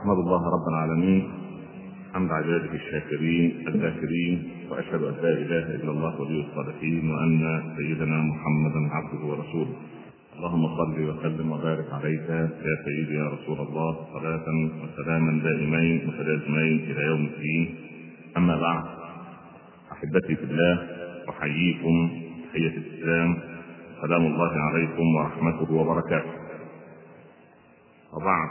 أحمد الله رب العالمين حمد عباده الشاكرين الذاكرين، وأشهد أن لا إله إلا الله ولي الصالحين، وأن سيدنا محمدا عبده ورسوله. اللهم صل وسلم وبارك عليك يا سيدي يا رسول الله، صلاة وسلاما دائمين متلازمين إلى يوم الدين. أما بعد، أحبتي في الله، أحييكم تحية الإسلام، سلام الله عليكم ورحمته وبركاته. وبعد،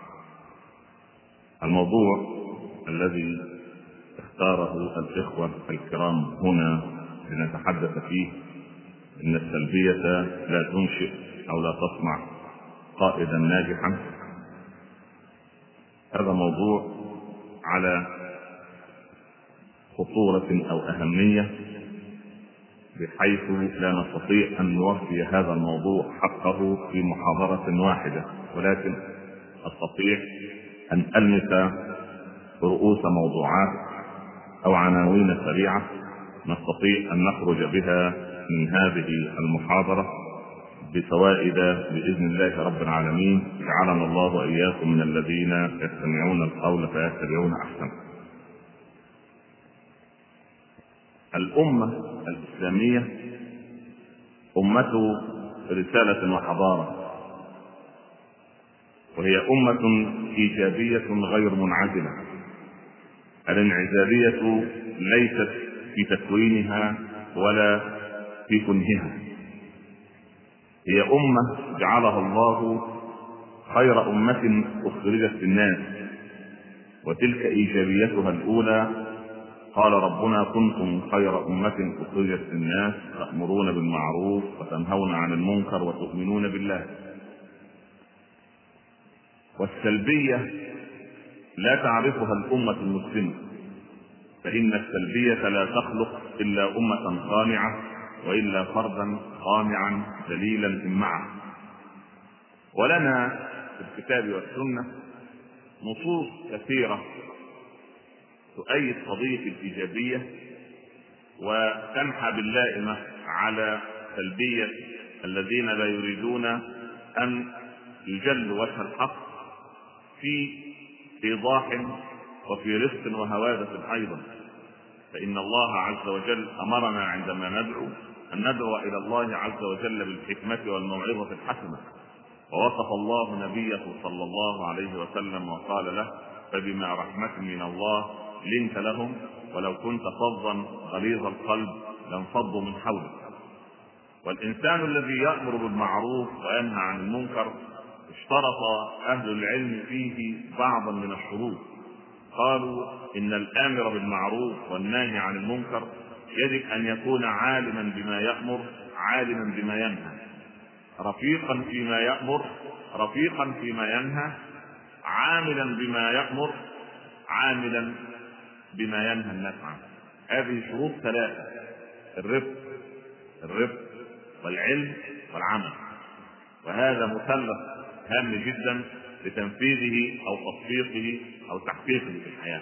الموضوع الذي اختاره الإخوة الكرام هنا لنتحدث فيه إن السلبية لا تنشئ أو لا تصنع قائدا ناجحا. هذا موضوع على خطورة أو أهمية، بحيث لا نستطيع أن نوفي هذا الموضوع حقه في محاضرة واحدة، ولكن أستطيع أن ألمس رؤوس موضوعات أو عناوين سريعة نستطيع أن نخرج بها من هذه المحاضرة بفوائد بإذن الله رب العالمين. جعلنا الله وإياكم من الذين يستمعون القول فيتبعون أحسنه. الأمة الإسلامية أمة رسالة وحضارة، وهي أمة إيجابية غير منعزلة. الانعزالية ليست في تكوينها ولا في كنهها. هي أمة جعلها الله خير أمة أخرجت للناس، وتلك إيجابيتها الأولى. قال ربنا: كنتم خير أمة أخرجت للناس تأمرون بالمعروف وتنهون عن المنكر وتؤمنون بالله. والسلبية لا تعرفها الأمة المسلمة، فإن السلبية لا تخلق إلا أمة خامعة، وإلا فردا خامعا ذليلا معه. ولنا في الكتاب والسنة نصوص كثيرة تؤيد قضية الإيجابية وتنحى باللائمة على سلبية الذين لا يريدون أن يجلوا وجه الحق في إيضاح وفي رفق وهوادة أيضا. فإن الله عز وجل أمرنا عندما أن ندعو إلى الله عز وجل بالحكمة والموعظة الحسنة، ووصف الله نبيه صلى الله عليه وسلم وقال له: فبما رحمة من الله لنت لهم ولو كنت فظا غليظ القلب لانفضوا من حولك. والإنسان الذي يأمر بالمعروف وينهى عن المنكر اشترط أهل العلم فيه بعضا من الشروط. قالوا إن الآمر بالمعروف والناهي عن المنكر يجب أن يكون عالما بما يأمر، عالما بما ينهى، رفيقا فيما يأمر، رفيقا فيما ينهى، عاملا بما يأمر، عاملا بما ينهى الناس عنه. هذه شروط ثلاثة: الرفق والعلم والعمل. وهذا مثلث هام جدا لتنفيذه أو تطبيقه أو تحقيقه في الحياة.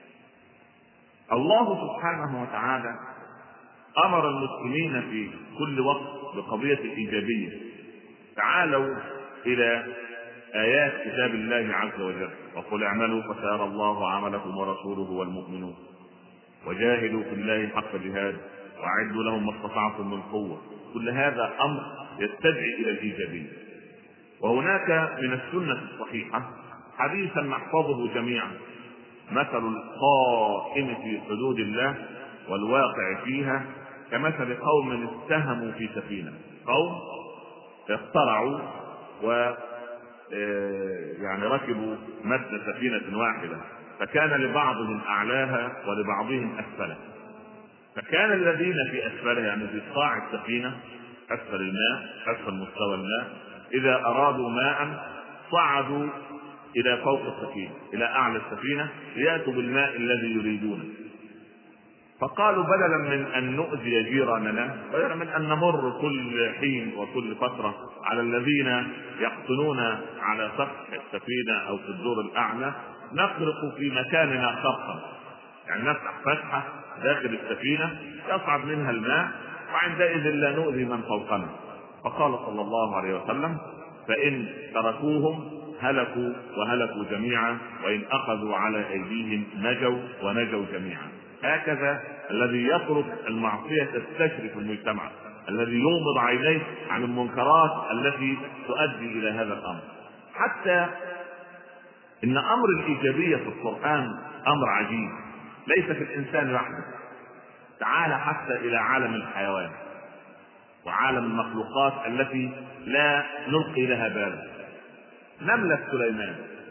الله سبحانه وتعالى أمر المسلمين في كل وقت بقضية الإيجابية. تعالوا إلى آيات كتاب الله عز وجل: وقل اعملوا فسيرى الله عملكم ورسوله والمؤمنون وجاهدوا في الله حق جهاده وأعدوا لهم ما استطعتم من قوة. كل هذا أمر يستدعي إلى الإيجابية. وهناك من السنة الصحيحة حديثا نحفظه جميعا: مثل القائم في حدود الله والواقع فيها كمثل قوم اتهموا في سفينة. قوم اخترعوا ركبوا متن سفينة واحدة، فكان لبعضهم أعلاها ولبعضهم أسفلها. فكان الذين في أسفلها، يعني في قاع السفينة أسفل الماء، أسفل مستوى الماء، إذا أرادوا ماء صعدوا إلى فوق السفينة، إلى أعلى السفينة، ليأتوا بالماء الذي يريدونه. فقالوا: بدلا من أن نؤذي جيراننا، بدلا من أن نمر كل حين وكل فترة على الذين يقطنون على سطح السفينة أو في الدور الأعلى، نخرق في مكاننا خرقا، يعني نفتح فتحة داخل السفينة يصعد منها الماء، وعندئذ لا نؤذي من فوقنا. فقال صلى الله عليه وسلم: فإن تركوهم هلكوا وهلكوا جميعا، وإن أخذوا على أيديهم نجوا ونجوا جميعا. هكذا الذي يترك المعصية تستشرف المجتمع، الذي يغمض عينيه عن المنكرات التي تؤدي إلى هذا الأمر. حتى إن أمر الإيجابية في القرآن أمر عجيب، ليس في الإنسان وحده. تعال حتى إلى عالم الحيوان وعالم المخلوقات التي لا نلقي لها بالا. نملة سليمان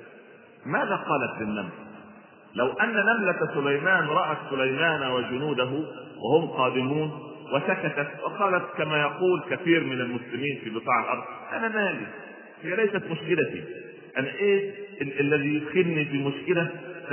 ماذا قالت للنمل؟ لو أن نملة سليمان رأت سليمان وجنوده وهم قادمون وسكتت وقالت كما يقول كثير من المسلمين في بقاع الأرض: أنا مالي، هي ليست مشكلتي، أنا إيه الذي يدخلني في مشكلة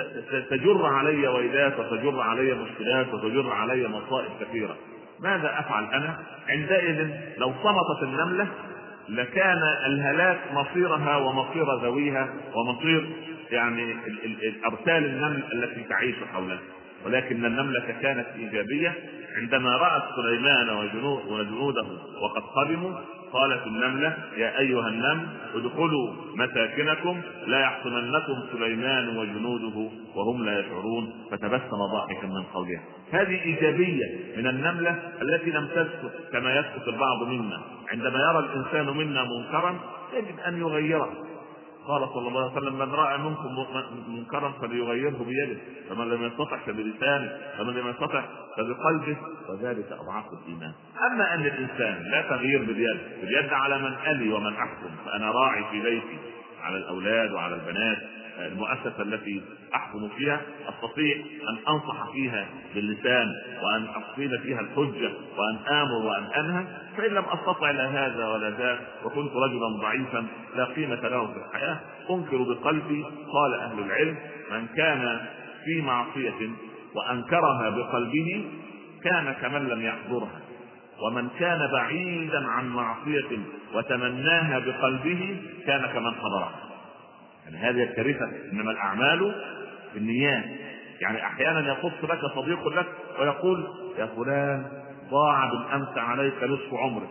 تجر علي ويلات وتجر علي مشكلات وتجر علي مصائب كثيرة، ماذا أفعل أنا؟ عندئذ لو صمتت النملة لكان الهلاك مصيرها ومصير ذويها ومصير يعني أرسال النمل التي تعيش حولها. ولكن النملة كانت إيجابية، عندما رأت سليمان وجنوده وقد قدموا قالت النملة: يا أيها النمل ادخلوا مساكنكم لا يحطمنكم سليمان وجنوده وهم لا يشعرون، فتبسم ضاحكا من قولها. هذه إيجابية من النملة التي لم تسكت كما يسكت البعض منا. عندما يرى الإنسان منا منكرا يجب أن يغيره. قال صلى الله عليه وسلم: من رأى منكم منكرا فليغيره بيده، فمن لم يستطع فبلسانه، فمن لم يستطع فبقلبه، وذلك أضعاف الإيمان. أما أن الإنسان لا تغيير باليد على من ألي ومن أحكم، فأنا راعي في بيتي على الأولاد وعلى البنات، المؤسسة التي أحكم فيها أستطيع أن أنصح فيها باللسان وأن أقيم فيها الحجة وأن آمر وأن أنهى. فإن لم أستطع لا هذا ولا ذاك وكنت رجلا ضعيفا لا قيمة له في الحياة أنكر بقلبي. قال أهل العلم: من كان في معصية وأنكرها بقلبه كان كمن لم يحضرها، ومن كان بعيدا عن معصية وتمناها بقلبه كان كمن حضرها. يعني هذه الكارثة. إنما الأعمال بالنيات. يعني أحيانا يخص لك صديق لك ويقول: يا فلان ضاع بالأمس عليك نصف عمرك.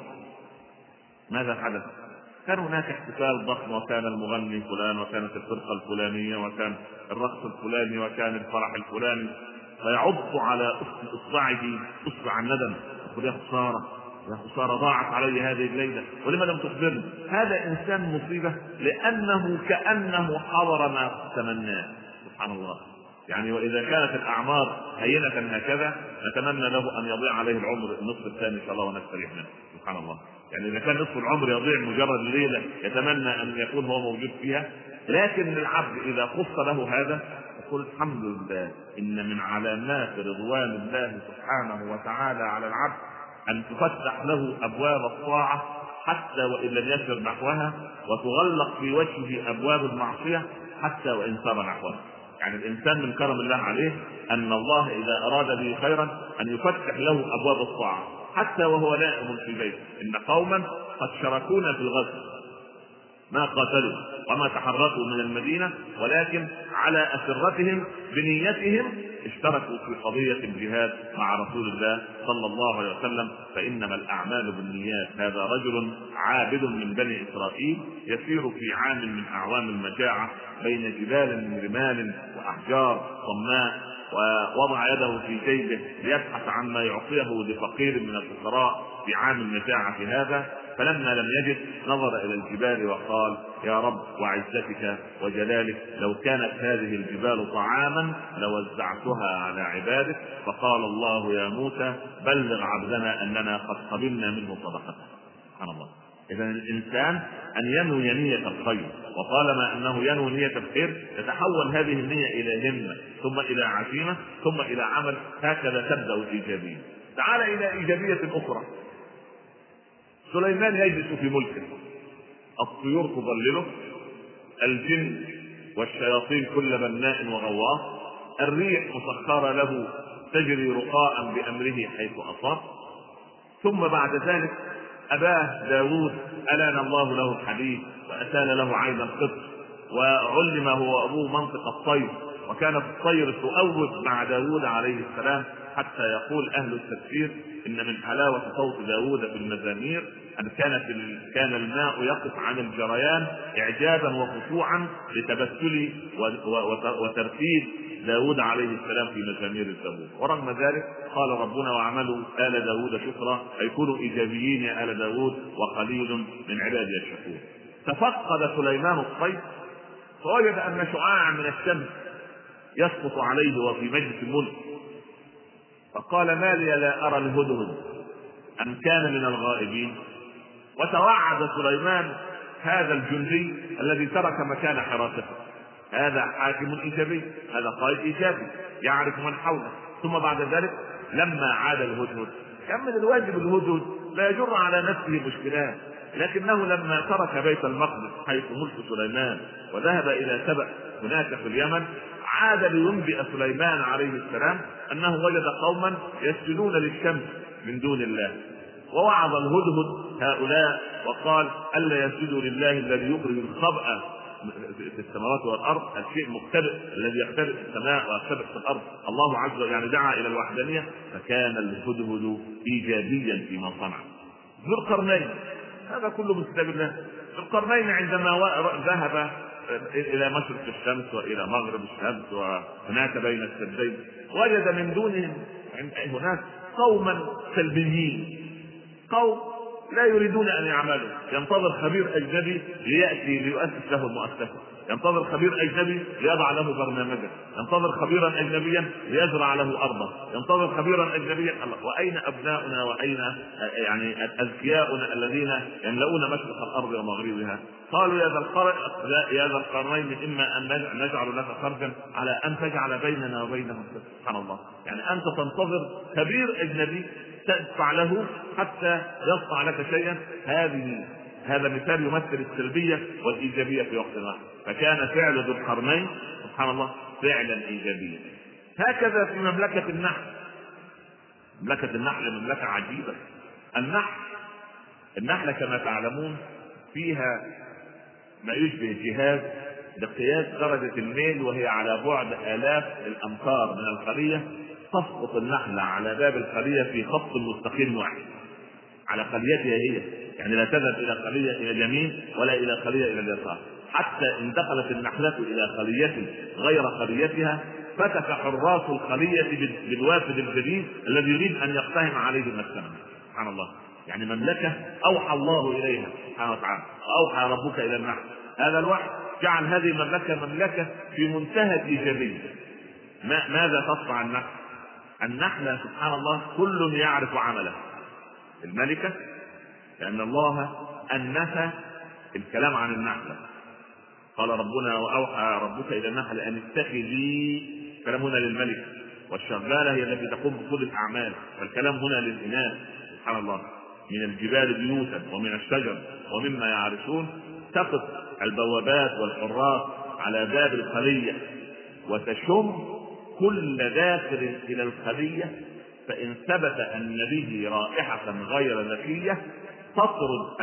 ماذا حدث؟ كان هناك احتفال ضخم، وكان المغني فلان، وكانت الفرقة الفلانية، وكان الرقص الفلاني، وكان الفرح الفلاني، فيعض على إصبعه إصبع الندم، يقول: يا خسارة يا خسارة ضاعت علي هذه الليلة، ولما لم تخبرني. هذا إنسان مصيبة، لأنه كأنه حضر ما تمناه. سبحان الله. يعني وإذا كانت الأعمار هينة هكذا نتمنى له أن يضيع عليه العمر النصف الثاني إن شاء الله ونستريح منه. سبحان الله. يعني إذا كان نصف العمر يضيع مجرد ليلة يتمنى أن يكون هو موجود فيها. لكن العبد إذا خص له هذا يقول: الحمد لله، إن من علامات رضوان الله سبحانه وتعالى على العبد أن تفتح له أبواب الطاعة حتى وإن لم يسر نحوها، وتغلق في وجهه أبواب المعصية حتى وإن سار نحوها. يعني الإنسان من كرم الله عليه أن الله إذا أراد به خيرا أن يفتح له أبواب الطاعة حتى وهو نائم في بيته. إن قوما قد شاركونا في الغزو ما قاتلوا وما تحركوا من المدينة، ولكن على أسرتهم بنيتهم اشتركوا في قضية الجهاد مع رسول الله صلى الله عليه وسلم. فإنما الأعمال بالنيات. هذا رجل عابد من بني إسرائيل يسير في عام من أعوام المجاعة بين جبال من رمال وأحجار صماء، ووضع يده في جيبه ليبحث عن ما يعطيه لفقير من الفقراء في عام المجاعة هذا. فلما لم يجد نظر إلى الجبال وقال: يا رب وعزتك وجلالك، لو كانت هذه الجبال طعاما لوزعتها على عبادك. فقال الله: يا موسى بلغ عبدنا أننا قد قبلنا منه صدقته. سبحان الله. إذن الإنسان أن ينوي نية الخير، وطالما أنه ينوي نية الخير تتحول هذه النية إلى همة، ثم إلى عزيمة، ثم إلى عمل. هكذا تبدأ الإيجابية. تعال إلى إيجابية أخرى. سليمان يجلس في ملكه، الطيور تظلله، الجن والشياطين كل بناء وغواص، الريح مسخرة له تجري رخاء بأمره حيث أصاب. ثم بعد ذلك أباه داود ألان الله له الحديد وأسال له عين القط، وعلم هو أبوه منطق الطير، وكانت الطير تؤوب مع داود عليه السلام. حتى يقول أهل التفسير إن من حلاوة صوت داود في المزامير أن كان الماء يقف عن الجريان إعجابا وخشوعا لتبتل وترتيب داود عليه السلام في مزامير الزبور. ورغم ذلك قال ربنا: واعملوا آل داود شكرا، أي كونوا إيجابيين يا آل داود وقليل من عبادي الشكور. تفقد سليمان الصيف فوجد أن شعاعا من الشمس يسقط عليه وفي مجلس الملك، فقال: ما لي لا أرى الهدهد أم كان من الغائبين؟ وتوعد سليمان هذا الجندي الذي ترك مكان حراسته. هذا حاكم إيجابي، هذا قائد إيجابي يعرف من حوله. ثم بعد ذلك لما عاد الهدهد كان من الواجب الهدهد لا يجر على نفسه مشكلات، لكنه لما ترك بيت المقدس حيث ملك سليمان وذهب إلى سبأ هناك في اليمن، عاد لينبئ سليمان عليه السلام أنه وجد قوما يسجدون للشمس من دون الله، ووعظ الهدهد هؤلاء وقال: ألا يسجدوا لله الذي يخرج الخبأ في السماوات والأرض، الشيء مختبئ الذي يختبئ في السماء ويختبئ في الأرض. الله عز وجل يعني دعا إلى الوحدانية، فكان الهدهد إيجابيا فيما صنع. ذو القرنين هذا كله من كتاب الله. ذو القرنين عندما ذهب إلى مشرق الشمس وإلى مغرب الشمس وهناك بين السدين، وجد من دونهم هناك قوما سلبيين، قوم لا يريدون أن يعملوا، ينتظر خبير أجنبي ليأتي ليؤسس له المؤسسة، ينتظر خبير أجنبي ليضع له برنامجا، ينتظر خبيرا أجنبيا ليزرع له أرضا، ينتظر خبيرا أجنبيا. وأين أبناؤنا وأين يعني أذكياؤنا الذين يملؤون مشرق الأرض ومغربها؟ قالوا: يا ذا القرنين إما أن نجعل لك خرجا على أن تجعل بيننا وبينهم. سبحان الله، يعني أنت تنتظر خبير أجنبي تدفع له حتى يصنع لك شيئا. هذا مثال يمثل السلبية والإيجابية في وقت واحد. فكان فعل ذو القرنين سبحان الله فعلا إيجابيا. هكذا في مملكة النحل. مملكة النحل مملكة عجيبة. النحل كما تعلمون فيها ما يشبه جهاز بقياس درجة الميل، وهي على بعد آلاف الأمتار من الخلية. تسقط النحلة على باب الخلية في خط مستقيم واحد على خليتها هي، يعني لا تذهب إلى خلية إلى اليمين ولا إلى خلية إلى اليسار. حتى إن دخلت النحلة إلى خلية غير خليتها فتك حراس الخلية بالوافد الجديد الذي يريد أن يقتحم عليه المسكن. سبحان الله، يعني مملكة أوحى الله إليها سبحانه وتعالى، وأوحى ربك إلى النحل. هذا الوحي جعل هذه المملكة مملكة في منتهى الإيجابية. ماذا تصنع النحلة سبحان الله كل يعرف عمله. الملكة لأن الله أنف الكلام عن النحلة، قال ربنا: وأوحى ربك إلى النحل أن اتخذي، كلام هنا للملك، والشغالة هي التي تقوم بكل الأعمال، فالكلام هنا للإناث. سبحان الله، من الجبال بيوتا ومن الشجر ومما يعرشون. تقف البوابات والحراس على باب الخلية وتشم كل داخل إلى الخلية، فإن ثبت أن به رائحة غير نقية تطرد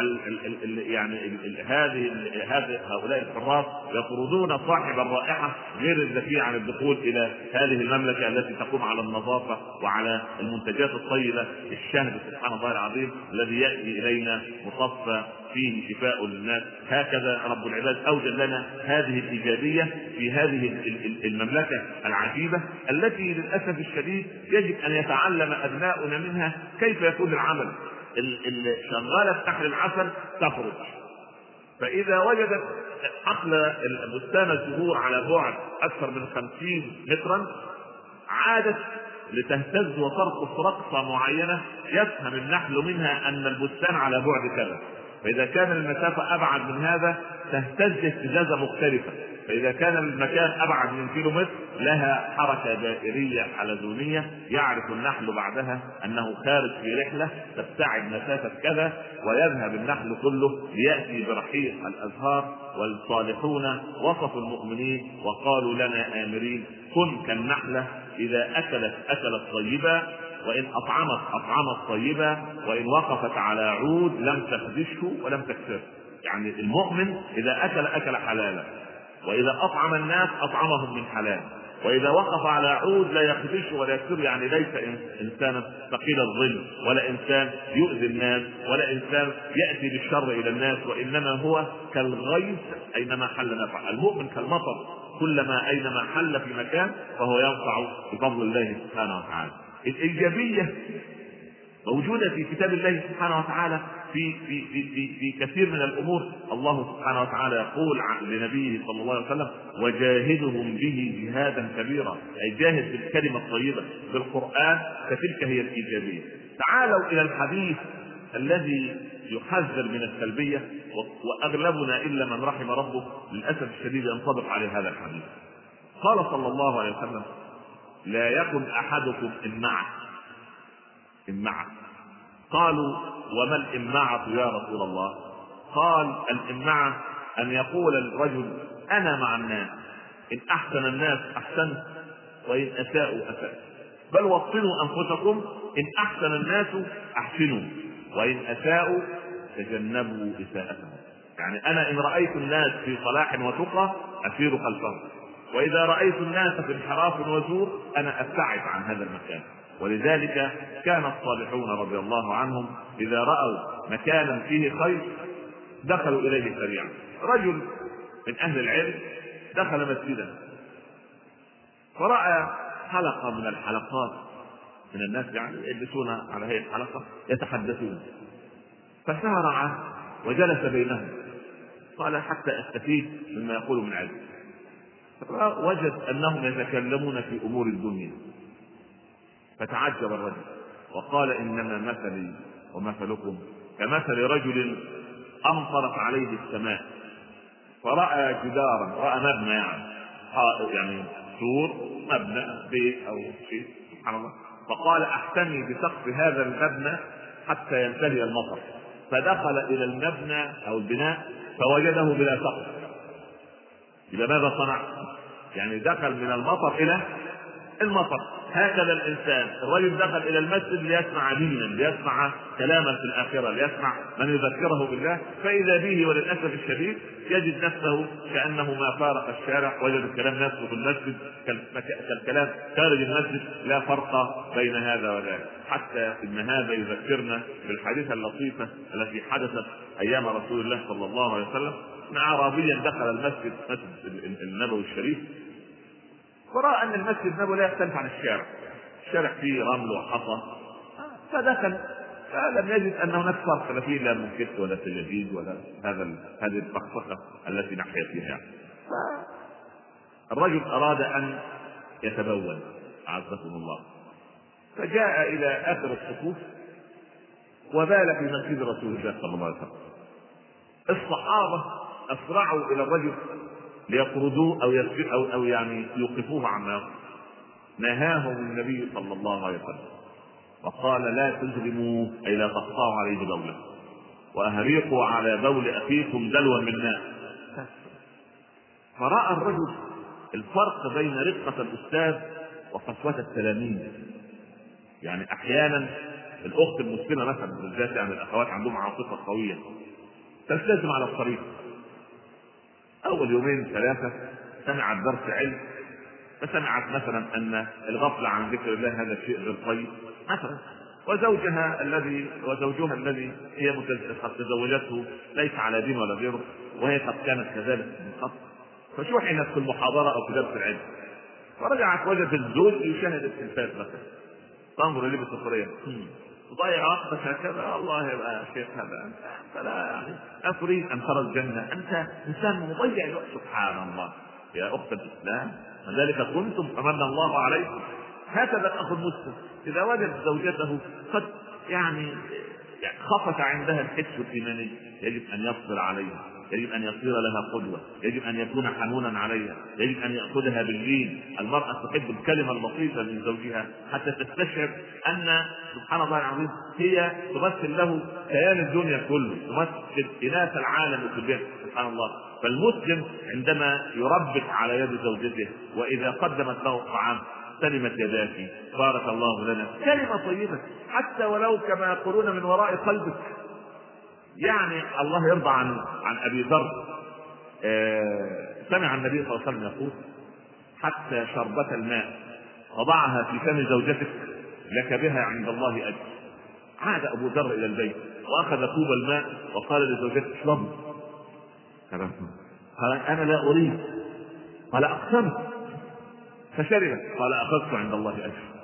هؤلاء الحراس يطردون صاحب الرائحة غير الذكية عن الدخول إلى هذه المملكة التي تقوم على النظافة وعلى المنتجات الطيبة. الشهد سبحان الله العظيم الذي يأتي إلينا مصفى فيه شفاء للناس. هكذا رب العباد أوجد لنا هذه الإيجابية في هذه المملكة العجيبة التي للأسف الشديد يجب أن يتعلم أبناؤنا منها كيف يكون العمل. شغالة نحل العسل تخرج، فإذا وجدت حقل بستان الزهور على بعد أكثر من 50 مترا عادت لتهتز وترقص رقصة معينة يفهم النحل منها أن البستان على بعد كذا. فإذا كان المسافة أبعد من هذا تهتز اهتزازة مختلفة، فإذا كان المكان أبعد من كيلومتر لها حركة دائرية حلزونية يعرف النحل بعدها أنه خارج في رحلة تبتعد مسافة كذا، ويذهب النحل كله ليأتي برحيق الأزهار. والصالحون وصفوا المؤمنين وقالوا لنا آمرين: كن كالنحلة إذا أكلت طيبا، وإن أطعمت طيبا، وإن وقفت على عود لم تخدشه ولم تكسره. يعني المؤمن إذا أكل حلالا، وإذا أطعم الناس أطعمهم من حلال، واذا وقف على عود لا يخدش ولا يكسر، يعني ليس انسانا ثقيل الظل، ولا انسان يؤذي الناس، ولا انسان ياتي بالشر الى الناس، وانما هو كالغيث اينما حل نفع. المؤمن كالمطر، كلما اينما حل في مكان فهو ينفع بفضل الله سبحانه وتعالى. الايجابيه موجودة في كتاب الله سبحانه وتعالى في كثير من الأمور. الله سبحانه وتعالى يقول لنبيه صلى الله عليه وسلم: وجاهدهم به جهادا كبيرا، أي جاهد بالكلمة الطيبة بالقرآن، فتلك هي الإيجابية. تعالوا إلى الحديث الذي يحذر من السلبية، وأغلبنا إلا من رحم ربه للأسف الشديد ينطبق عليه هذا الحديث. قال صلى الله عليه وسلم: لا يكن أحدكم إمعة. قالوا: وما الإمعة يا رسول الله؟ قال: الإمعة أن يقول الرجل: أنا مع الناس، إن أحسن الناس أحسنت، وإن أساءوا أسأت، بل وطنوا أنفسكم، إن أحسن الناس أحسنوا، وإن أساءوا تجنبوا إساءتهم. يعني أنا إن رأيت الناس في صلاح وتقى أسير خلفهم، وإذا رأيت الناس في انحراف وزور أنا أبتعد عن هذا المكان. ولذلك كان الصالحون رضي الله عنهم إذا رأوا مكانا فيه خير دخلوا إليه سريعا. رجل من أهل العلم دخل مسجدا فرأى حلقة من الحلقات من الناس يعني يجلسون على هذه الحلقة يتحدثون، فسارع وجلس بينهم، قال: حتى أستفيد مما يقول من علم. وجد أنهم يتكلمون في أمور الدنيا، فتعجب الرجل وقال: إنما مثلي ومثلكم كمثل رجل أمطرت عليه السماء، فرأى جدارا، رأى مبنى يعني سور، مبنى بيت أو شيء، سبحان الله، فقال: أحتمي بسقف هذا المبنى حتى ينتهي المطر، فدخل إلى المبنى أو البناء فوجده بلا سقف. إذا ماذا صنع؟ يعني دخل من المطر إلى المطر. هكذا الإنسان، الرجل دخل إلى المسجد ليسمع دينا، ليسمع كلاما في الآخرة، ليسمع من يذكره بالله، فإذا به وللأسف الشديد يجد نفسه كأنه ما فارق الشارع، وجد الكلام نفسه في المسجد كالكلام خارج المسجد، لا فرق بين هذا وذاك. حتى إن هذا يذكرنا بالحديثة اللطيفة التي حدثت أيام رسول الله صلى الله عليه وسلم، أن أعرابيا دخل المسجد، مسجد النبوي الشريف، ورأى أن المسجد النبوي لا يختلف عن الشارع فيه رمل وحصى، فدخل فلم يجد أن هناك فرق لا فيه لا منكت ولا سجاجيد ولا هذه الفخفخة التي نحيا فيها. الرجل أراد أن يتبول، أعزكم الله، فجاء إلى آخر الصفوف وبال في مسجد رسول الله صلى الله عليه وسلم. الصحابة أسرعوا إلى الرجل ليطردوه أو يعني يوقفوه عما نهاهم النبي صلى الله عليه وسلم، وقال: لا تجرموا، أي لا تقطعوا عليه بوله، وأهريقوا على بول أخيكم دلوا من ماء. فرأى الرجل الفرق بين رقة الأستاذ وقسوة التلاميذ. يعني أحيانا الأخت المسلمة مثلا بالذات، يعني الأخوات عندهم عاطفة قوية، تلتزم على الطريق، أول يومين ثلاثة سمعت درس علم، فسمعت مثلا أن الغفلة عن ذكر الله هذا شيء غير طيب مثلا، وزوجها الذي هي قد تزوجته ليس على دين ولا غيره، وهي قد كانت كذلك من قبل، فشحنت في المحاضرة أو في درس العلم، فرجعت وجدت الزوج يشاهد التلفاز مثلا، تنظر إليه بسخرية: ضيع وقتك هكذا؟ الله يبقى شيخ هذا فلا يعني أتريد أن ترى الجنة؟ أنت إنسان مضيع الوقت. سبحان الله يا أخت الإسلام، وذلك كنتم فمن الله عليكم. هكذا الأخ المسلم إذا وجد زوجته قد يعني خفت عندها الحس الإيماني يجب أن يصبر عليها، يجب أن يصير لها قدوة، يجب أن يكون حنونا عليها، يجب أن يأخذها باللين. المرأة تحب الكلمة اللطيفة من زوجها حتى تستشعر أن سبحان الله العظيم هي تمثل له كيان الدنيا كله، تمثل إناث العالم كله، سبحان الله. فالمسلم عندما يربك على يد زوجته وإذا قدمت له الطعام: سلمت يداك، بارك الله لنا، كلمة طيبة حتى ولو كما يقولون من وراء قلبك. يعني الله يرضى عن أبي ذر، سمع النبي صلى الله عليه وسلم يقول: حتى شربة الماء وضعها في فم زوجتك لك بها عند الله أجر. عاد أبو ذر إلى البيت وأخذ كوب الماء وقال لزوجته اشرب. قال أنا لا أريد. قال أقسمت. فشرب. قال أخذت عند الله أجر.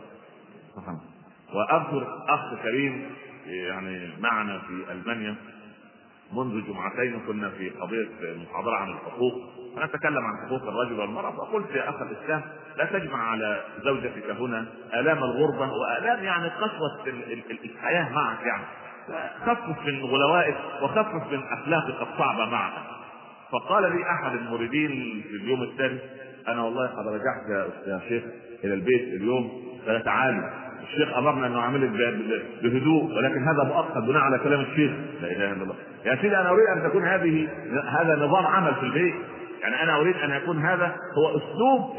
وأذكر أخ كريم يعني معنا في ألمانيا منذ جمعتين كنا في قضية محاضرة عن الحقوق، ونتكلم عن حقوق الرجل والمرأة، فقلت يا أخ الإسلام لا تجمع على زوجتك هنا آلام الغربة وآلام يعني قسوة الحياة معك، يعني خفف من غلوائك وخفف من أخلاقك الصعبة معك. فقال لي أحد المريدين في اليوم الثاني أنا والله قد رجعت يا شيخ إلى البيت اليوم فلا تعالي، الشيخ امرنا انه اعمل بهدوء ولكن هذا مؤقت بناء على كلام الشيخ. لا اله الا الله. يا سيدي انا اريد ان تكون هذا نظام عمل في البيت، يعني انا اريد ان يكون هذا هو اسلوب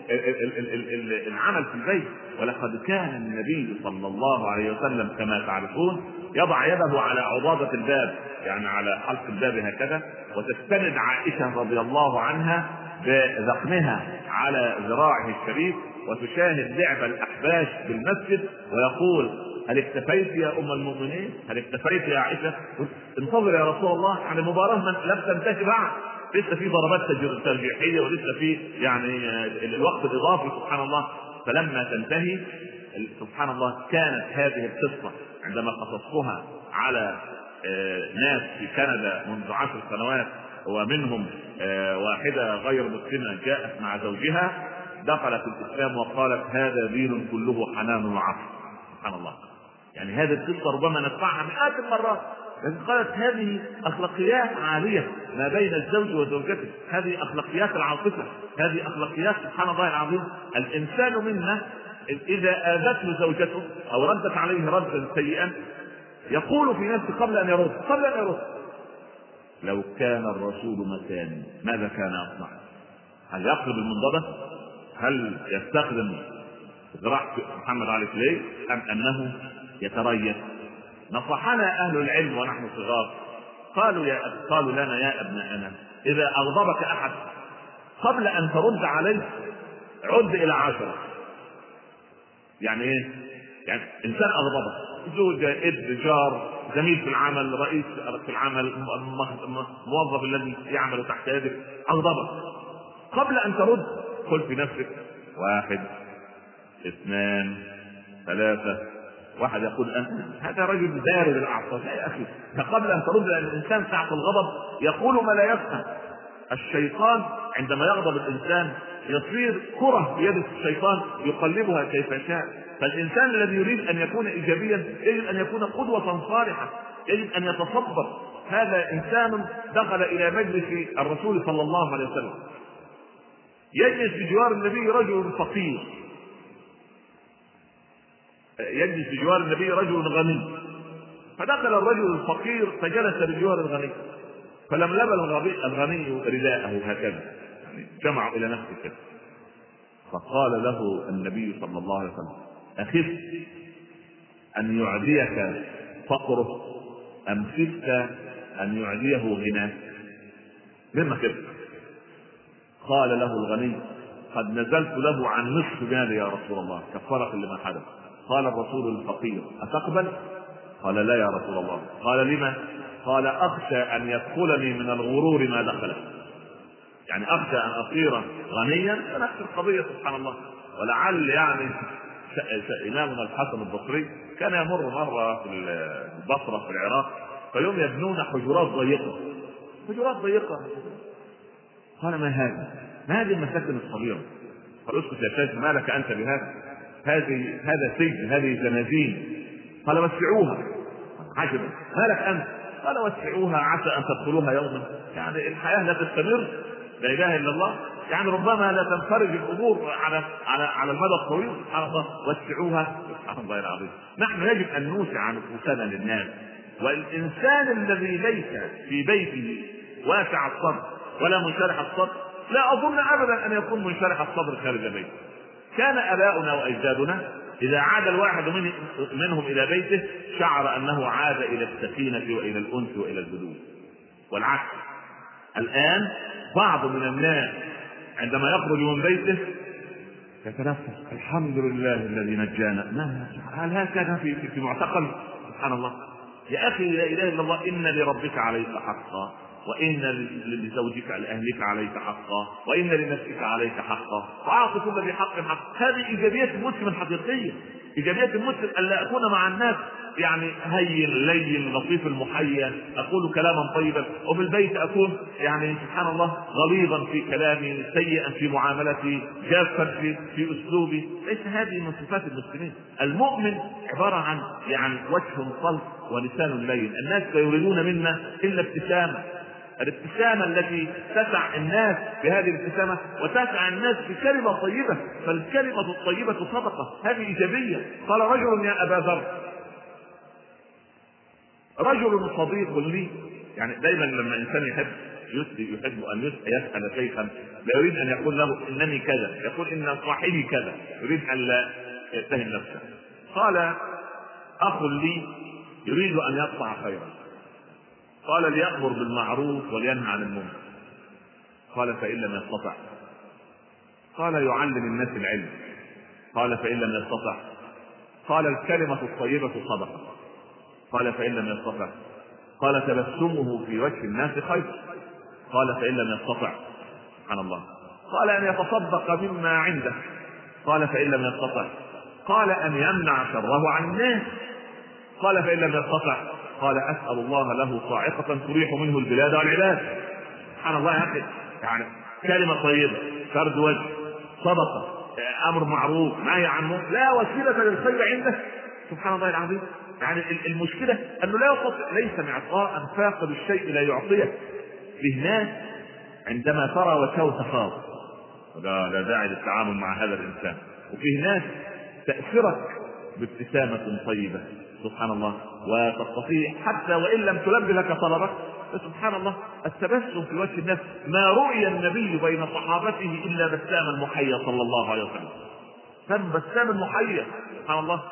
العمل في البيت. ولقد كان النبي صلى الله عليه وسلم كما تعرفون يضع يده على عضاضة الباب، يعني على حلق الباب هكذا، وتستند عائشة رضي الله عنها بذقنها على ذراعه الشريف وتشاهد لعب الأحباش بالمسجد ويقول هل اكتفيت يا أم المؤمنين؟ هل اكتفيت يا عائشة؟ انتظر يا رسول الله، يعني مباراة لم تنتهي بعد، لسه في ضربات ترجيحية ولسه في يعني الوقت الإضافي سبحان الله. فلما تنتهي سبحان الله كانت هذه القصة عندما قصصتها على ناس في كندا منذ 10 سنوات ومنهم واحدة غير مسلمة جاءت مع زوجها دخلت الإسلام وقالت هذا دين كله حنان وعطف. سبحان الله. يعني هذه القصة ربما نسمعها مئات المرات، لكن قالت هذه أخلاقيات عالية ما بين الزوج وزوجته، هذه أخلاقيات العاطفة، هذه أخلاقيات سبحان الله العظيم. الإنسان منا إذا آذته زوجته أو ردت عليه ردا سيئا يقول في نفسه قبل أن يرد لو كان الرسول مكاني ماذا كان يصنع؟ هل يقلب المنضدة؟ هل يستخدم ذراع محمد علي كلاي أم أنه يتريث؟ نصحنا أهل العلم ونحن صغار قالوا لنا يا أبناءنا إذا أغضبك أحد قبل أن ترد عليه عد إلى 10. يعني إيه؟ يعني إنسان أغضبك، زوجة، ابن، جار، زميل في العمل، رئيس في العمل، موظف الذي يعمل تحت يدك أغضبك، قبل أن ترد قل في نفسك 1 2 3. واحد يقول أنت هذا رجل بارد الأعصاب. يا أخي قبل أن ترد، لأن الإنسان ساعة الغضب يقول ما لا يفهم. الشيطان عندما يغضب الإنسان يصير كرة في يد الشيطان يقلبها كيف شاء. فالإنسان الذي يريد أن يكون إيجابيا يجب أن يكون قدوة صالحة، يجب أن يتصبر. هذا إنسان دخل إلى مجلس الرسول صلى الله عليه وسلم، يجلس بجوار النبي رجل فقير، يجلس بجوار النبي رجل غني، فدخل الرجل الفقير فجلس بجوار الغني، فلم يبل الغني رداءه هكذا، يعني جمع إلى نفسه كده. فقال له النبي صلى الله عليه وسلم أخفت أن يعديك فقره أم خفت أن يعديه غناه؟ مما خفت؟ قال له الغني قد نزلت له عن نصف مالي يا رسول الله كفارة لما حدث. قال الرسول الفقير أتقبل؟ قال لا يا رسول الله. قال لما؟ قال أخشى أن يدخلني من الغرور ما دخله، يعني أخشى أن أصير غنيا فنفس القضية سبحان الله. ولعل يعني إمامنا الحسن البصري كان يمر مرة في البصرة في العراق فيوم يبنون حجرات ضيقة. قال ما هذه المساكن الصغيرة؟ قال اسكت يا شيخ ما لك أنت بهذا، هذا سجن، هذه زنازين. قال وسعوها. عجبا ما لك أنت؟ قال وسعوها عسى أن تدخلوها يوما. يعني الحياة لا تستمر، لا إله إلا الله، يعني ربما لا تنفرج الأمور على المدى الطويل. سبحان الله وسعوها. سبحان الله العظيم. نحن يجب أن نوسع نفوسنا للناس، والإنسان الذي ليس في بيته واسع الصدر ولا منشرح الصدر لا أظن أبدا أن يكون منشرح الصدر خارج بيته. كان آباؤنا وأجدادنا إذا عاد الواحد منهم إلى بيته شعر أنه عاد إلى السكينة وإلى الأنس وإلى الهدوء. والعكس الآن بعض من الناس عندما يخرج من بيته يتنفس الحمد لله الذي نجانا. هل هكذا في معتقل؟ سبحان الله. يا أخي لا إله إلا الله، إن لربك عليك حقا، وإن لزوجك لأهلك عليك حقا، وإن لنفسك عليك حقا، وأعط كل ذي حق حق. هذه إيجابيات المسلم الحقيقية. إيجابيات المسلم ألا أكون مع الناس يعني هين لين لطيف المحيا، أقول كلاما طيبا، وفي البيت أكون يعني سبحان الله غليظا في كلامي، سيئا في معاملتي، جافا في أسلوبي. ليس هذه من صفات المسلمين. المؤمن عبارة عن يعني وجه صلب ولسان لين. الناس لا يريدون منا إلا ابتسامة، الابتسامة التي تسع الناس بهذه الابتسامة، وتسع الناس بكلمة طيبة، فالكلمة الطيبة صدقة، هذه إيجابية. قال رجل يا أبا ذر، رجل صديق لي، يعني دائما لما إنسان يحب أن يسأل شيخا لا يريد أن يقول له إنني كذا، يقول إن صاحبي كذا، يريد أن لا يتهم نفسه. قال أخ لي يريد أن يصنع خيرا، قال ليأمر بالمعروف ولينهى عن المنكر. قال فإن لم يستطع؟ قال يعلم الناس العلم. قال فإن لم يستطع؟ قال الكلمة الطيبة صدقة. قال فإن لم يستطع؟ قال تبسمه في وجه الناس خير. قال فإن لم يستطع؟ سبحان الله. قال أن يتصدق مما عنده. قال فإن لم يستطع؟ قال أن يمنع شره عن الناس. قال فإن لم يستطع؟ قال أسأل الله له صاعقة تريح منه البلاد والعباد. سبحان الله يا أخي، يعني كلمة طيبة، فرد وجه، صدقة، أمر معروف، نهي عن منكر، لا وسيلة للخير عنده. سبحان الله العظيم. يعني المشكلة أنه لا يستطيع، ليس معطاء فاقد الشيء لا يعطيه. فيه ناس عندما ترى وجهه تخاف، لا داعي للتعامل مع هذا الإنسان. وفيه ناس تأثرك بابتسامة طيبة، سبحان الله، وتستطيع حتى وإن لم تلبي لك طلبك، سبحان الله التبسم في وجه الناس. ما رؤي النبي بين صحابته إلا بسام المحيا صلى الله عليه وسلم، كان بسام المحيا سبحان الله.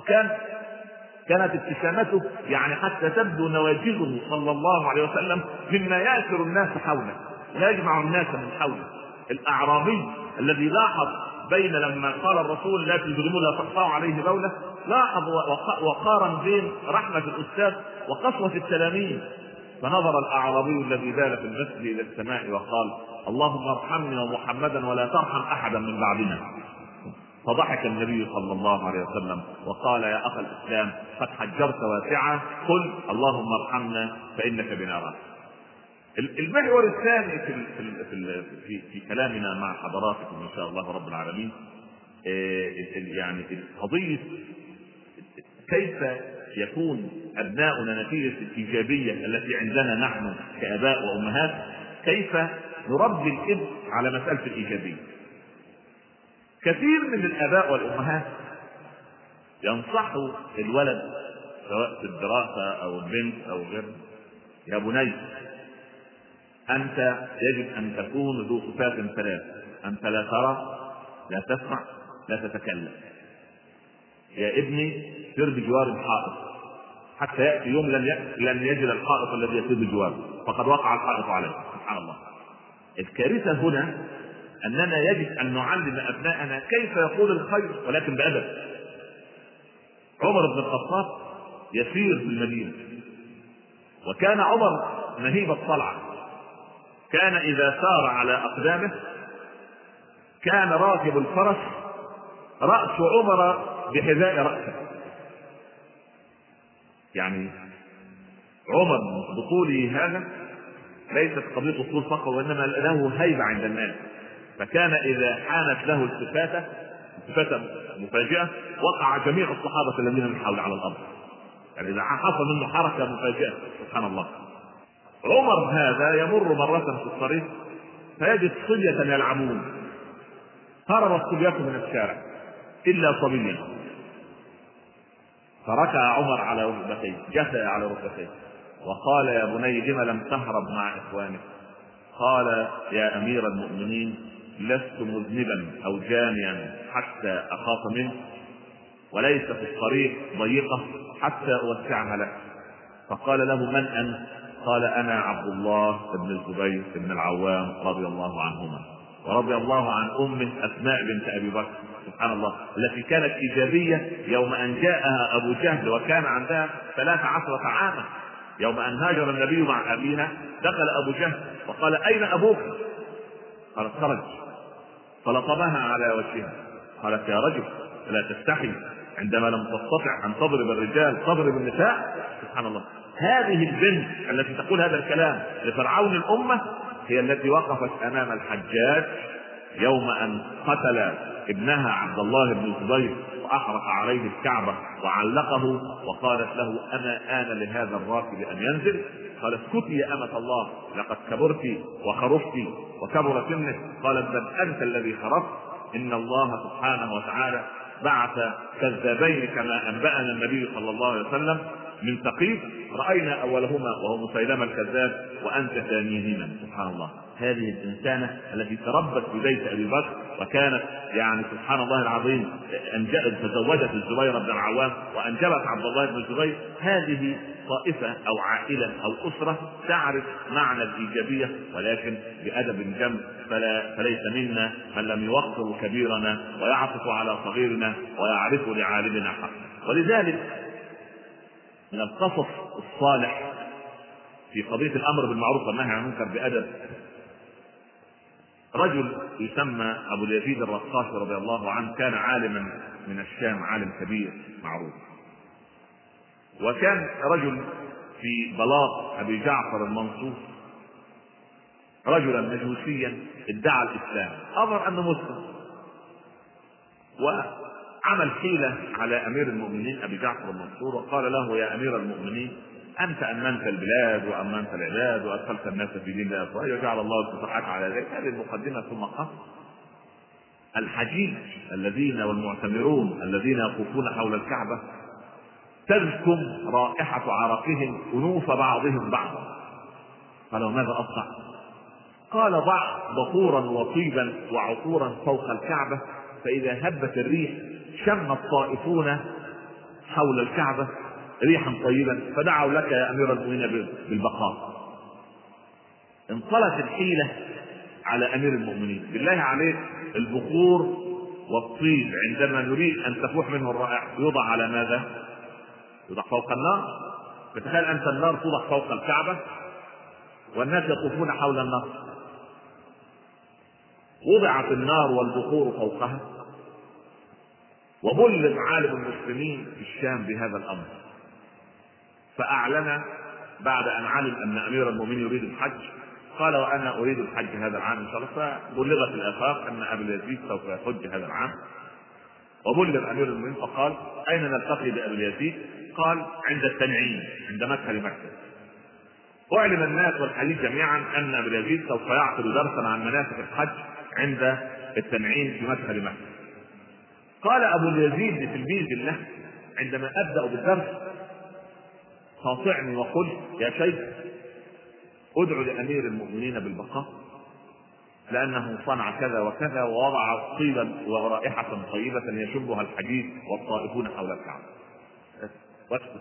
كانت ابتسامته يعني حتى تبدو نواجذه صلى الله عليه وسلم مما يأثر الناس حوله، لا يجمع الناس من حوله. الأعرابي الذي لاحظ بين لما قال الرسول لا تظلموا لا تقطعوا عليه بولة، لاحظ وقارن بين رحمة الأستاذ وقسوة التلاميذ. فنظر الأعرابي الذي بال في المسجد إلى السماء وقال اللهم ارحمني ومحمدا ولا ترحم أحدا من بعدنا. فضحك النبي صلى الله عليه وسلم وقال يا أخ الإسلام قد حجرت واسعة، قل اللهم ارحمنا فإنك بنا راحم. المحور الثاني في كلامنا مع حضراتكم إن شاء الله رب العالمين يعني قضية كيف يكون أبناؤنا نتيجة الإيجابية التي عندنا نحن كآباء وأمهات، كيف نربي الابن على مسألة الإيجابية. كثير من الآباء والأمهات ينصحوا الولد سواء في الدراسة أو البنت أو غيره، يا بني أنت يجب أن تكون ذو صفات ثلاث: أنت لا ترى، لا تسمع، لا تتكلم. يا ابني سر بجوار الحائط حتى يأتي يوم لن يجد الحائط الذي يسير بجواره فقد وقع الحائط عليه. سبحان الله. الكارثة هنا أننا يجب أن نعلم أبناءنا كيف يقول الخير ولكن بأدب. عمر بن الخطاب يسير في المدينة، وكان عمر نهيب الطلعة، كان إذا سار على أقدامه كان راكب الفرس رأس عمر بحذاء رأسه. يعني عمر بطوله هذا ليست قضية الطول فقط، وإنما له هيبة عند الناس. فكان إذا حانت له التفاتة مفاجئة وقع جميع الصحابة الذين من حوله على الأرض. يعني إذا حصل منه حركة مفاجئة سبحان الله. عمر هذا يمر مرة في الطريق فيجد صبية يلعبون، هرب الصبية من الشارع إلا صبيا، فركع عمر على ركبتيه، جثى على ركبتيه وقال يا بني لم لم تهرب مع إخوانك؟ قال يا أمير المؤمنين لست مذنبا أو جانيا حتى أخاف منه، وليس في الطريق ضيقة حتى أوسعها لك. فقال له من أنت؟ قال أنا عبد الله بن الزبير بن العوام رضي الله عنهما. ورضي الله عن أمه أسماء بنت أبي بكر سبحان الله، التي كانت إيجابية يوم أن جاءها أبو جهل وكان عندها 13 عاما. يوم أن هاجر النبي مع أبيها دخل أبو جهل وقال أين أبوك؟ قالت خرج، فلطمها على وجهها. قالت يا رجل لا تستحي عندما لم تستطع أن تضرب الرجال تضرب النساء. سبحان الله. هذه البنت التي تقول هذا الكلام لفرعون الأمة هي التي وقفت أمام الحجاج يوم أن قتل ابنها عبد الله بن الزبير وأحرق عليه الكعبة وعلقه، وقالت له أنا آن لهذا الراكب أن ينزل. قالت اسكتي يا أمة الله، لقد كبرت وخرجت وكبر سنك. قالت بل أنت الذي خرجت، إن الله سبحانه وتعالى بعث كذابين كما أنبأنا النبي صلى الله عليه وسلم من ثقيف، رأينا أولهما وهو مسيلمة الكذاب وأنت ثانيهما. سبحان الله. هذه الإنسانة التي تربت في بيت أبي بكر وكانت يعني سبحان الله العظيم تزوجت الزبير بن العوام وأنجبت عبد الله بن الزبير. هذه طائفة أو عائلة أو أسرة تعرف معنى الإيجابية ولكن بأدب جم، فليس منا من لم يوقر كبيرنا ويعطف على صغيرنا ويعرف لعالمنا حقا. ولذلك من القصص الصالح في قضية الأمر بالمعروف والنهي عن المنكر بأدب، رجل يسمى أبو اليزيد الرقاشي رضي الله عنه، كان عالما من الشام، عالم كبير معروف، وكان رجل في بلاط أبي جعفر المنصور رجلا مجوسيا ادعى الإسلام، أظهر أنه مسلم، وعمل حيلة على أمير المؤمنين أبي جعفر المنصور وقال له يا أمير المؤمنين أنت أمنت البلاد وأمنت العباد وأدخلت الناس في دين الله أفواجا وجعل الله الفتوحات على ذلك. هذه المقدمة ثم قال الحجيج الذين والمعتمرون الذين يطوفون حول الكعبة تزكم رائحة عرقهم أنوف بعضهم بعضا. قال وماذا أصنع؟ قال ضع بخورا وطيبا وعطورا فوق الكعبة، فإذا هبت الريح شم الطائفون حول الكعبة ريحا طيبا فدعوا لك يا أمير المؤمنين بالبقاء. انطلت الحيلة على أمير المؤمنين. بالله عليك البخور والطيب عندما نريد أن تفوح منه الرائحة يوضع على ماذا؟ يوضع فوق النار. فتخيل أنت النار توضع فوق الكعبة والناس يطوفون حول النار. وضعت النار والبخور فوقها، وبلغ عالم المسلمين في الشام بهذا الأمر، فأعلن بعد أن علم أن أمير المؤمنين يريد الحج قال وأنا أريد الحج هذا العام إن شاء الله. فبلغت الآفاق أن أبي اليزيد سوف يحج هذا العام، وبلغ أمير المؤمنين فقال أين نلتقي بأبي اليزيد؟ قال عند التنعيم عند مدخل مكة. أعلم الناس والحديث جميعا أن أبي اليزيد سوف يعقد درسا عن مناسك الحج عند التنعيم في مدخل مكة. قال أبو اليزيد لتلميذ له عندما أبدأ بالدرس قاطعني وقل يا شيخ ادعو لأمير المؤمنين بالبقاء لأنه صنع كذا وكذا ووضع طيبا ورائحة طيبة يشبها الحديث والطائفون حول الكعبة. واسكت.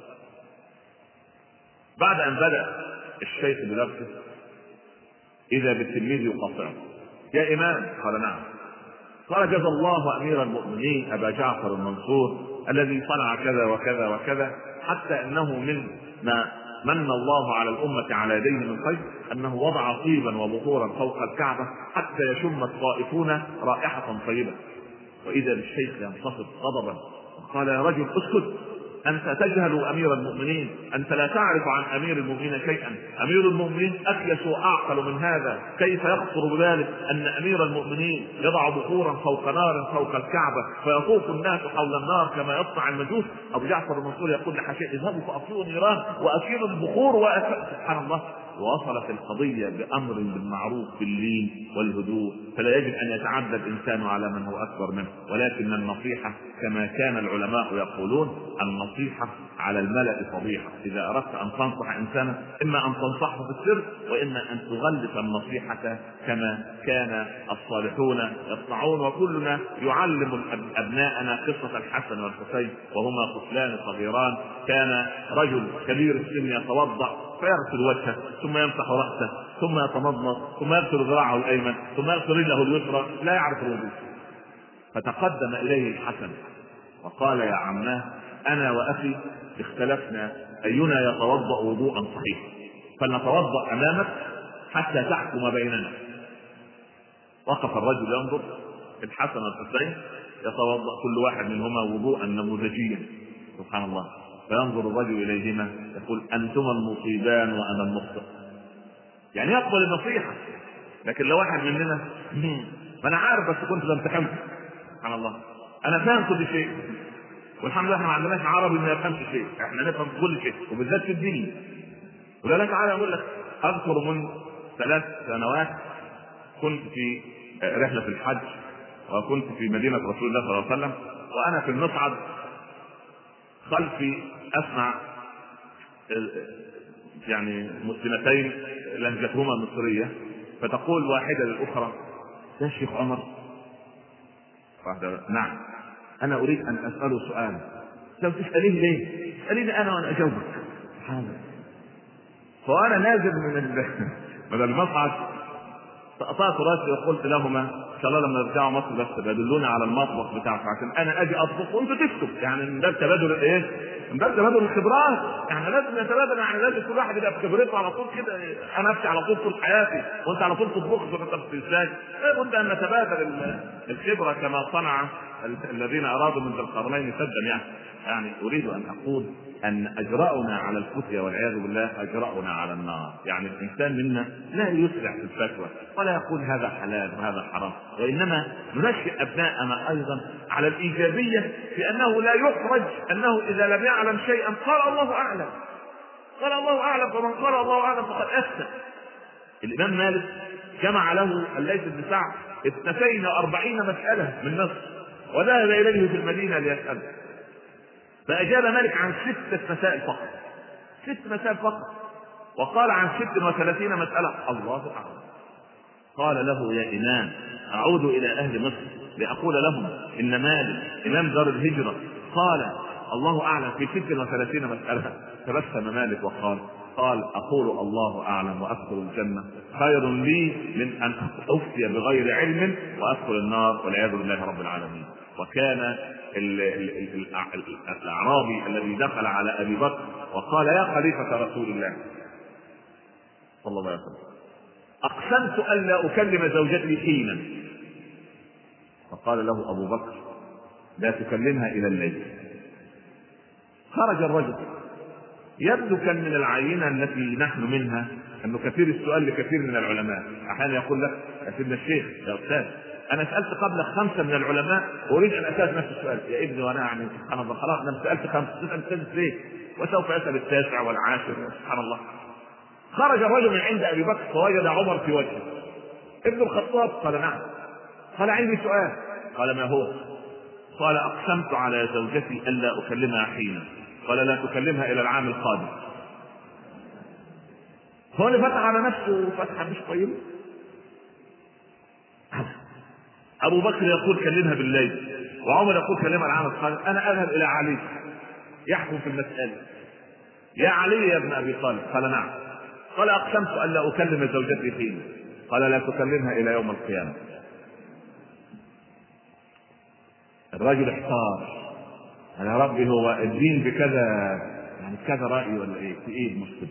بعد أن بدأ الشيخ بدرسه إذا بالتلميذ يقاطعه يا إمام. قال نعم. قال جزا الله أمير المؤمنين أبا جعفر المنصور الذي صنع كذا وكذا وكذا، حتى أنه من ما من الله على الأمة على يديه من خير أنه وضع طيبا وبخورا فوق الكعبة حتى يشم الطائفون رائحة طيبة. وإذا بالشيخ ينتصر غضبا قال يا رجل اسكت، أنت تجهل أمير المؤمنين، أنت لا تعرف عن أمير المؤمنين شيئا. أمير المؤمنين أكيس وأعقل من هذا. كيف يخطر بذلك أن أمير المؤمنين يضع بخورا فوق نار فوق الكعبة فيطوف الناس حول النار كما يصنع المجوس؟ أبو جعفر المنصور يقول لحشيش اذهبوا فأطفئوا النيران وأكيلوا البخور سبحان الله. ووصلت القضية بأمر بالمعروف باللين والهدوء، فلا يجب أن يتعدى الإنسان على من هو أكبر منه، ولكن النصيحة كما كان العلماء يقولون النصيحة على الملأ فضيحة. إذا أردت أن تنصح إنسانا إما أن تنصحه في السر وإما أن تغلف النصيحة كما كان الصالحون يصنعون. وكلنا يعلم أبناءنا قصة الحسن والحسين وهما طفلان صغيران. كان رجل كبير السن يتوضأ فيغسل وجهه ثم يمسح رأسه ثم يتمضمض ثم يغسل ذراعه الايمن ثم يغسل رجله اليسرى، لا يعرف الوضوء. فتقدم اليه الحسن وقال: يا عماه، انا واخي اختلفنا اينا يتوضا وضوءا صحيحا، فلنتوضا امامك حتى تحكم بيننا. وقف الرجل ينظر، الحسن والحسين يتوضا كل واحد منهما وضوءا نموذجيا، سبحان الله. فينظر الرجل اليهما يقول: انتما المصيبان وانا المخطئ. يعني يقبل النصيحه، لكن لو واحد مننا فانا عارف بس كنت بمتحنك، سبحان الله، انا فاهم كل شيء، والحمد لله احنا ما عندناش عربي ما يفهمش شيء، احنا نفهم كل شيء وبالذات في الدين. ولذلك تعالى اقول لك، اذكر من 3 سنوات كنت في رحله الحج، وكنت في مدينه رسول الله صلى الله عليه وسلم، وانا في المصعد خلفي اسمع يعني مسلمتين لهجتهما مصريه، فتقول واحده للاخرى: يا شيخ عمر. واحده: نعم، انا اريد ان اساله سؤال. لو تساليني ليه؟ اساليني انا وانا اجاوبك. سبحان الله. فانا نازل من المصعد فقطعت راسي وقلت لهما: ان شاء الله لما يرجعوا مصر بس بدلوني على المطبخ بتاعك عشان انا اجي اطبخ وانتوا تكتب، يعني من باب تبادل ايه؟ من باب تبادل الخبرات، يعني لازم نتبادل، يعني لازم كل واحد يبقى في خبرته على طول كده. انا افتي على طول حياتي وانت على طول تطبخ ازاي؟ لابد ان نتبادل الخبره كما صنع الذين ارادوا من ذي القرنين سدا. يعني اريد ان اقول ان اجراؤنا على الفتيا والعياذ بالله اجراؤنا على النار. يعني الانسان منا لا يسرع في الفتوى ولا يقول هذا حلال وهذا حرام، وانما ننشئ ابناءنا ايضا على الايجابيه، بانه لا يخرج انه اذا لم يعلم شيئا قال الله اعلم، قال الله اعلم، فمن قال الله اعلم فقد افتى. الامام مالك جمع له الليث بن سعد 42 مساله من مصر، وذهب اليه في المدينه ليساله، فأجاب مالك عن 6 مسائل فقط، 6 مسائل فقط، وقال عن 36 مسألة الله أعلم. قال له: يا إمام، أعود إلى أهل مصر لأقول لهم إن مالك إمام دار الهجرة قال الله أعلم في 36 مسألة. تبسم مالك وقال: أقول الله أعلم وأدخل الجنة خير لي من أن أفتي بغير علم وأدخل النار والعياذ بالله رب العالمين. وكان الأعرابي الذي دخل على أبي بكر وقال: يا خليفة رسول الله صلى الله عليه وسلم، أقسمت ألا أكلم زوجتي حينا. فقال له أبو بكر: لا تكلمها إلى الليل. خرج الرجل، يبدو كان من العينة التي نحن منها أنه كثير السؤال لكثير من العلماء. أحيانا يقول لك: يا سيدنا الشيخ، يا أستاذ، أنا سألت قبل 5 من العلماء وأريد أن أسأل نفس السؤال. يا ابني، وأنا يعني سبحان الله، خلاص أنا سألت 5، تسأل السادس ليه؟ وسوف يسأل التاسع والعاشر، سبحان الله. خرج الرجل من عند أبي بكر فوجد عمر في وجهه. ابن الخطاب قال: نعم. قال: عندي سؤال. قال: ما هو؟ قال: أقسمت على زوجتي ألا أكلمها حينا. قال: لا تكلمها إلى العام القادم. هو اللي فتح على نفسه فتحة مش طيبة. أبو بكر يقول كلمها بالليل، وعمر يقول كلمها العام القادم. أنا أذهب إلى علي يحكم في المسألة. يا علي يا ابن أبي طالب. قال: نعم. قال: أقسمت ألا أكلم زوجتي حينا. قال: لا تكلمها إلى يوم القيامة. الرجل احتار، قال: يا ربي، هو الدين بكذا يعني كذا رأي ولا ايه؟ في ايه المشكلة؟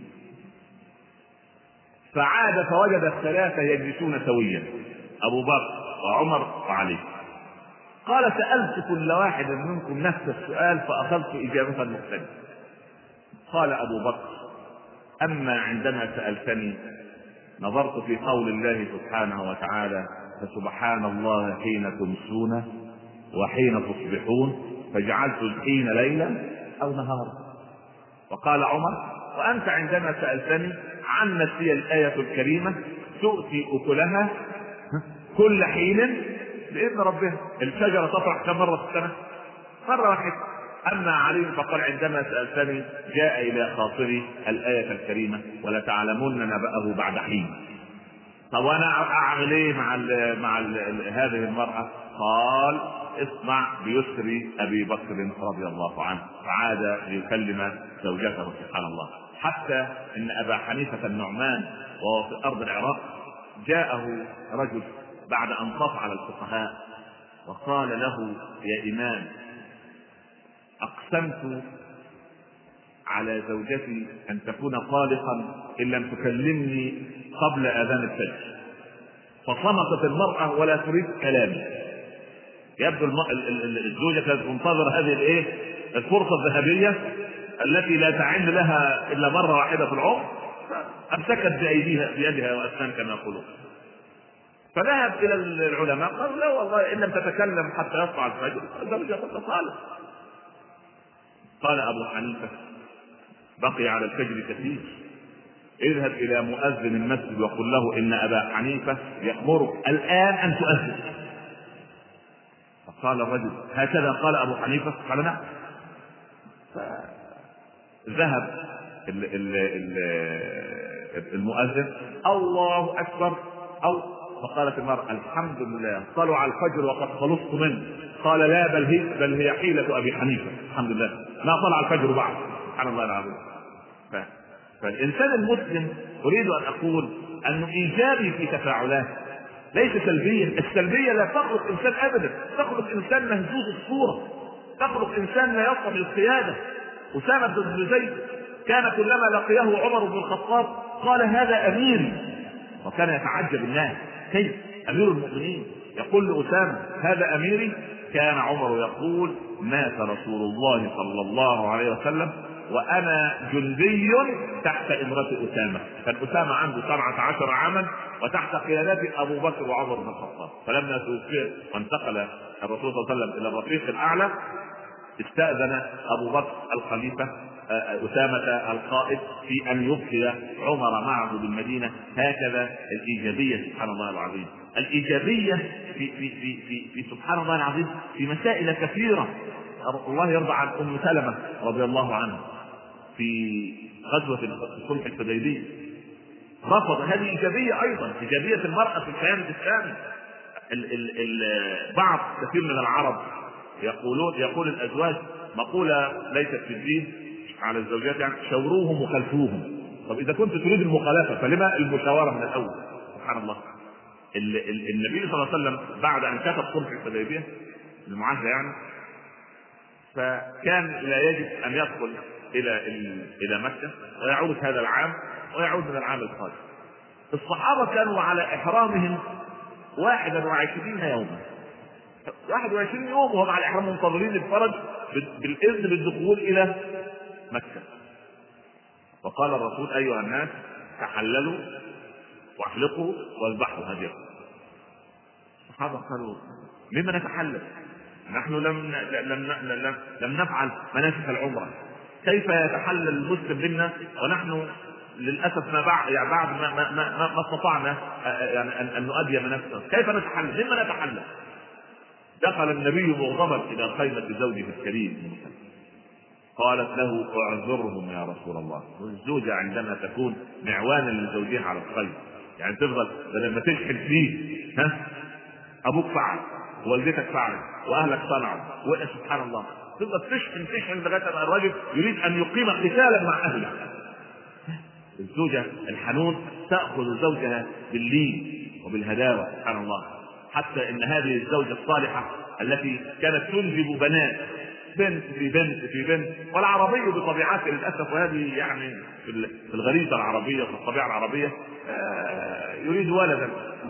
فعاد فوجد الثلاثة يجلسون سويا، ابو بكر وعمر وعلي. قال: سألت كل واحد منكم نفس السؤال فأخذت إجابة مختلفة. قال ابو بكر: اما عندما سألتني نظرت في قول الله سبحانه وتعالى: فسبحان الله حين تمسون وحين تصبحون، فجعلت الحين ليلا أو نهارا. وقال عمر: وأنت عندما سألتني عن هي الآية الكريمة تؤتي أكلها كل حين بإذن ربها، الشجرة تطرح كم مرة في السنة؟ مرة واحدة. أما علي فقال: عندما سألتني جاء إلى خاطري الآية الكريمة ولتعلمون نبأه بعد حين. طب وأنا أعمل إيه مع هذه المرأة؟ قال: اصنع بيسر أبي بكر رضي الله عنه. فعاد ليكلم زوجته، سبحان الله. حتى إن أبا حنيفة النعمان وهو في أرض العراق جاءه رجل بعد أن طاف على الفقهاء وقال له: يا إمام، أقسمت على زوجتي أن تكون طالقا إن لم تكلمني قبل أذان الفجر، فصمتت المرأة ولا تريد كلامي. يبدو الزوجة كانت تنتظر هذه الفرصة الذهبية التي لا تعن لها إلا مرة واحدة في العمر، أمسكت بيدها وأسنان كما يقولون. فذهب إلى العلماء قالوا: لا والله، إن لم تتكلم حتى يطلع الفجر زوجة طالق. قال أبو حنيفة: بقي على الفجر كثير، اذهب إلى مؤذن المسجد وقل له إن أبا حنيفة يأمرك الآن أن تؤذن. فقال الرجل: هكذا قال أبو حنيفة؟ قال: نعم. فذهب المؤذن: الله أكبر. فقالت المرأة: الحمد لله، طلع الفجر وقد خلصت منه. قال: لا، بل هي حيلة أبي حنيفة، الحمد لله ما طلع الفجر بعد. سبحان الله العظيم. فالإنسان المسلم أريد أن أقول أنه إيجابي في تفاعلاته ليس سلبيا. السلبية لا تخلق إنسان أبدا، تخلق إنسان مهزوز الصورة، تخلق إنسان لا يصلح للقيادة. أسامة بن زيد كان كلما لقيه عمر بن الخطاب قال: هذا أميري، وكان يتعجب الناس كيف أمير المؤمنين يقول لأسامة هذا أميري. كان عمر يقول: مات رسول الله صلى الله عليه وسلم وأنا جندي تحت إمرة أسامة. كان أسامة عنده 17 عاما وتحت قيادات أبو بكر وعمر بن الخطاب. فلما توفي وانتقل الرسول صلى الله عليه وسلم إلى الرفيق الأعلى استأذن أبو بكر الخليفة أسامة القائد في أن يبقي عمر معه بالمدينة. هكذا الإيجابية، سبحان الله العظيم، الإيجابية في في في في, في سبحان الله العظيم في مسائل كثيرة. الله يرضى عن أم سلمة رضي الله عنها في غزوة صلح الحديبية رفض. هذه إيجابية أيضا، إيجابية المرأة في الكيان الإسلامي. بعض كثير من العرب يقول الأزواج مقولة ليست في الدين على الزوجات، يعني شوروهم وخلفوهم. طب إذا كنت تريد المخالفة فلما المشاورة من الأول؟ سبحان الله. النبي صلى الله عليه وسلم بعد أن كتب صلح الحديبية المعاهدة يعني، فكان لا يجب أن يدخل إلى مكة ويعود هذا العام ويعود من العام القادم. الصحابة كانوا على إحرامهم 21 يوما، 21 يوم وهم على إحرام منتظرين الفرج بالإذن بالدخول إلى مكة. وقال الرسول: أيها الناس تحللوا واحلقوا واذبحوا هديكم. الصحابة قالوا: لما نتحلل؟ نحن لم نفعل مناسك العمرة، كيف يتحلل المسلم منا ونحن للأسف بعد ما استطعنا يعني أن نؤدي مناسكنا؟ كيف نتحلل؟ لما نتحلل؟ دخل النبي مغضبا إلى خيمة زوجه الكريم، قالت له: اعذرهم يا رسول الله. الزوجة عندما تكون معوانا لزوجها على الخير يعني تفضل لما تشحن فيه، أبوك فعل، والدتك فعلت، وأهلك صنعوا، وسبحان الله تفضل تشحن لغاية ما الرجل يريد أن يقيم قتالا مع أهله. الزوجة الحنون تأخذ زوجها باللين وبالهداوة، سبحان الله، حتى إن هذه الزوجة الصالحة التي كانت تنجب بنات، بنت في بنت في بنت، والعربي بطبيعته للأسف، وهذه يعني في الغريزة العربية وفي الطبيعة العربية يريد ولدا،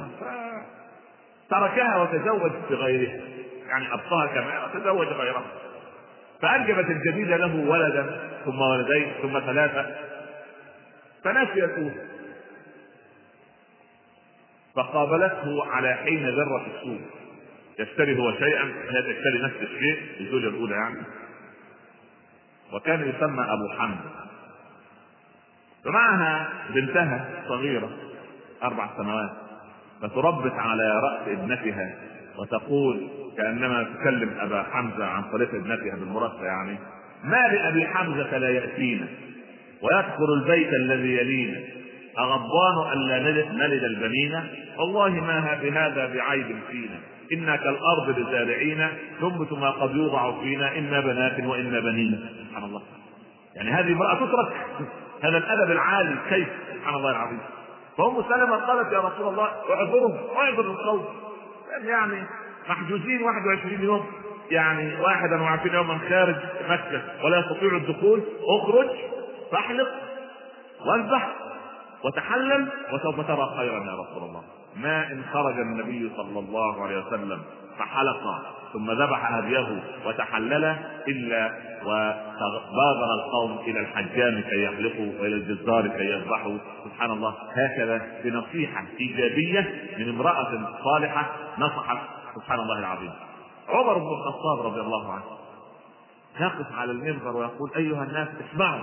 تركها وتزوج بغيرها، يعني أبقاها كما وتزوج غيرها، فأنجبت الجديدة له ولدا ثم ولدين ثم 3، فنسي الأولى، فقابلته على حين ذرة السوق، يشتري هو شيئا هي تشتري نفس الشيء، الزوجة الأولى يعني، وكان يسمى أبو حمزة، ومعها بنتها صغيرة 4 سنوات، فتربت على رأس ابنتها وتقول كأنما تكلم أبا حمزة عن طريق ابنتها بالمرثى يعني: ما لأبي حمزة لا يأتينا ويدخل البيت الذي يلينا، أغضبان ألا نلد البنين، والله ما بهذا بعيب فينا، إنا كالأرض لزارعين ننبت ما قد يوضع فينا، إنا بنات وإنا بنين. سبحان الله، يعني هذه امرأة تترك هذا الأدب العالي كيف، سبحان الله العظيم. فأم سلمة قالت يا رسول الله اعذرهم اعذر القوم، يعني محجوزين 21 يوم، يعني 21 يوما خارج مكة ولا يستطيع الدخول، اخرج فاحلق واذبح وتحلل وسوف ترى خيرا يا رسول الله. ما ان خرج النبي صلى الله عليه وسلم فحلق ثم ذبح هديه وتحلل الا وبادر القوم الى الحجام كي يحلقوا والى الجزار كي يذبحوا. سبحان الله، هكذا بنصيحه ايجابيه من امراه صالحه نصحت. سبحان الله العظيم. عمر بن الخطاب رضي الله عنه يقف على المنبر ويقول ايها الناس اسمعوا،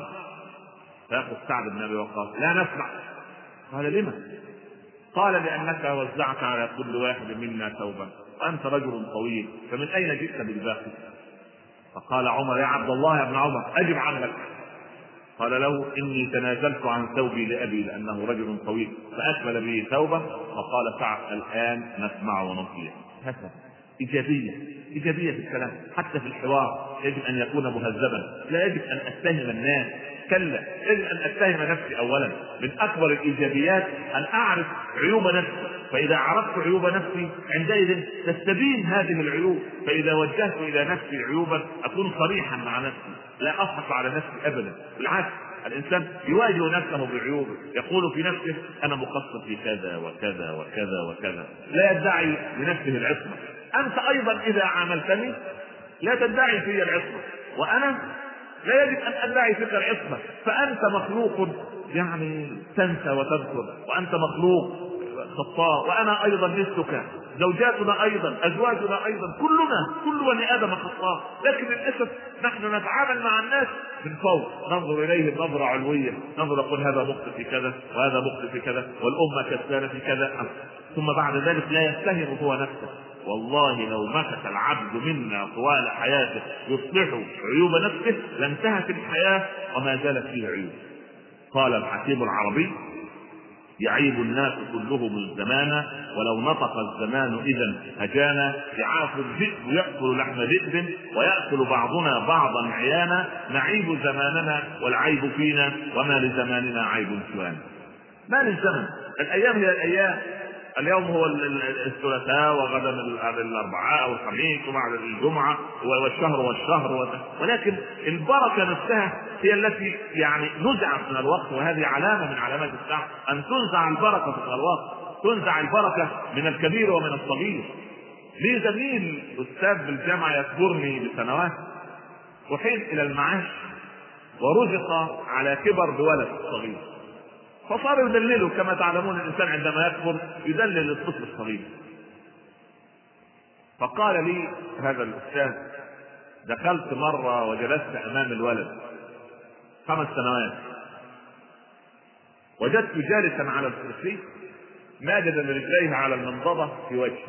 فيقف سعد بن ابي وقاص لا نسمع. قال لما؟ قال لانك وزعت على كل واحد منا ثوبا وانت رجل طويل فمن اين جئت بالباقي؟ فقال عمر يا عبد الله يا ابن عمر اجب عنك. قال له اني تنازلت عن ثوبي لابي لانه رجل طويل، فاكمل به ثوبه. فقال سعد الان نسمع ونطيع. هكذا إيجابية في الكلام، حتى في الحوار يجب أن يكون مهذبا، لا يجب أن أتهم الناس، كلا يجب أن أتهم نفسي أولا. من أكبر الإيجابيات أن أعرف عيوب نفسي، فإذا عرفت عيوب نفسي عندئذ تستبين هذه العيوب، فإذا وجهت إلى نفسي عيوبا أكون صريحا مع نفسي، لا أضحك على نفسي أبدا. بالعكس، الإنسان يواجه نفسه بعيوبه، يقول في نفسه أنا مقصر في كذا وكذا وكذا وكذا، لا يدعي لنفسه العصمة. أنت أيضا إذا عاملتني لا تدعي في العصمة، وأنا لا يجب أن أدعي فيك العصمة، فأنت مخلوق يعني تنسى وتذكر، وأنت مخلوق خطاء، وأنا أيضا مثلك، زوجاتنا أيضا، أزواجنا أيضا، كل بني آدم خطاء. لكن للأسف نحن نتعامل مع الناس من فوق، ننظر إليه نظرة علوية، ننظر نقول هذا مخطئ في كذا وهذا مخطئ في كذا والأمة كسلانة في كذا، ثم بعد ذلك لا يتهم هو نفسه. والله لو مكث العبد منا طوال حياته يصلح عيوب نفسه لانتهت الحياة وما زالت فيه عيوب. قال الحكيم العربي يعيب الناس كلهم الزمان ولو نطق الزمان إذا هجانا، يعاف الذئب يأكل لحم ذئب ويأكل بعضنا بعضا عيانا، نعيب زماننا والعيب فينا وما لزماننا عيب سوانا. ما للزمن، الأيام هي الأيام، اليوم هو الثلاثاء وغدا الأربعاء والخميس وبعد الجمعة والشهر ولكن البركة نفسها هي التي يعني نزعت من الوقت، وهذه علامة من علامات الساعة أن تنزع البركة من الوقت، تنزع البركة من الكبير ومن الصغير. لي زميل أستاذ بالجامعة يكبرني بسنوات، وحين إلى المعاش ورزق على كبر بولد صغير، فصار يدلله. كما تعلمون الإنسان عندما يكبر يدلل الطفل الصغير. فقال لي هذا الأستاذ دخلت مرة وجلست أمام الولد 5 سنوات، وجدت جالسا على الكرسي ماجدا رجليه على المنضدة في وجهه،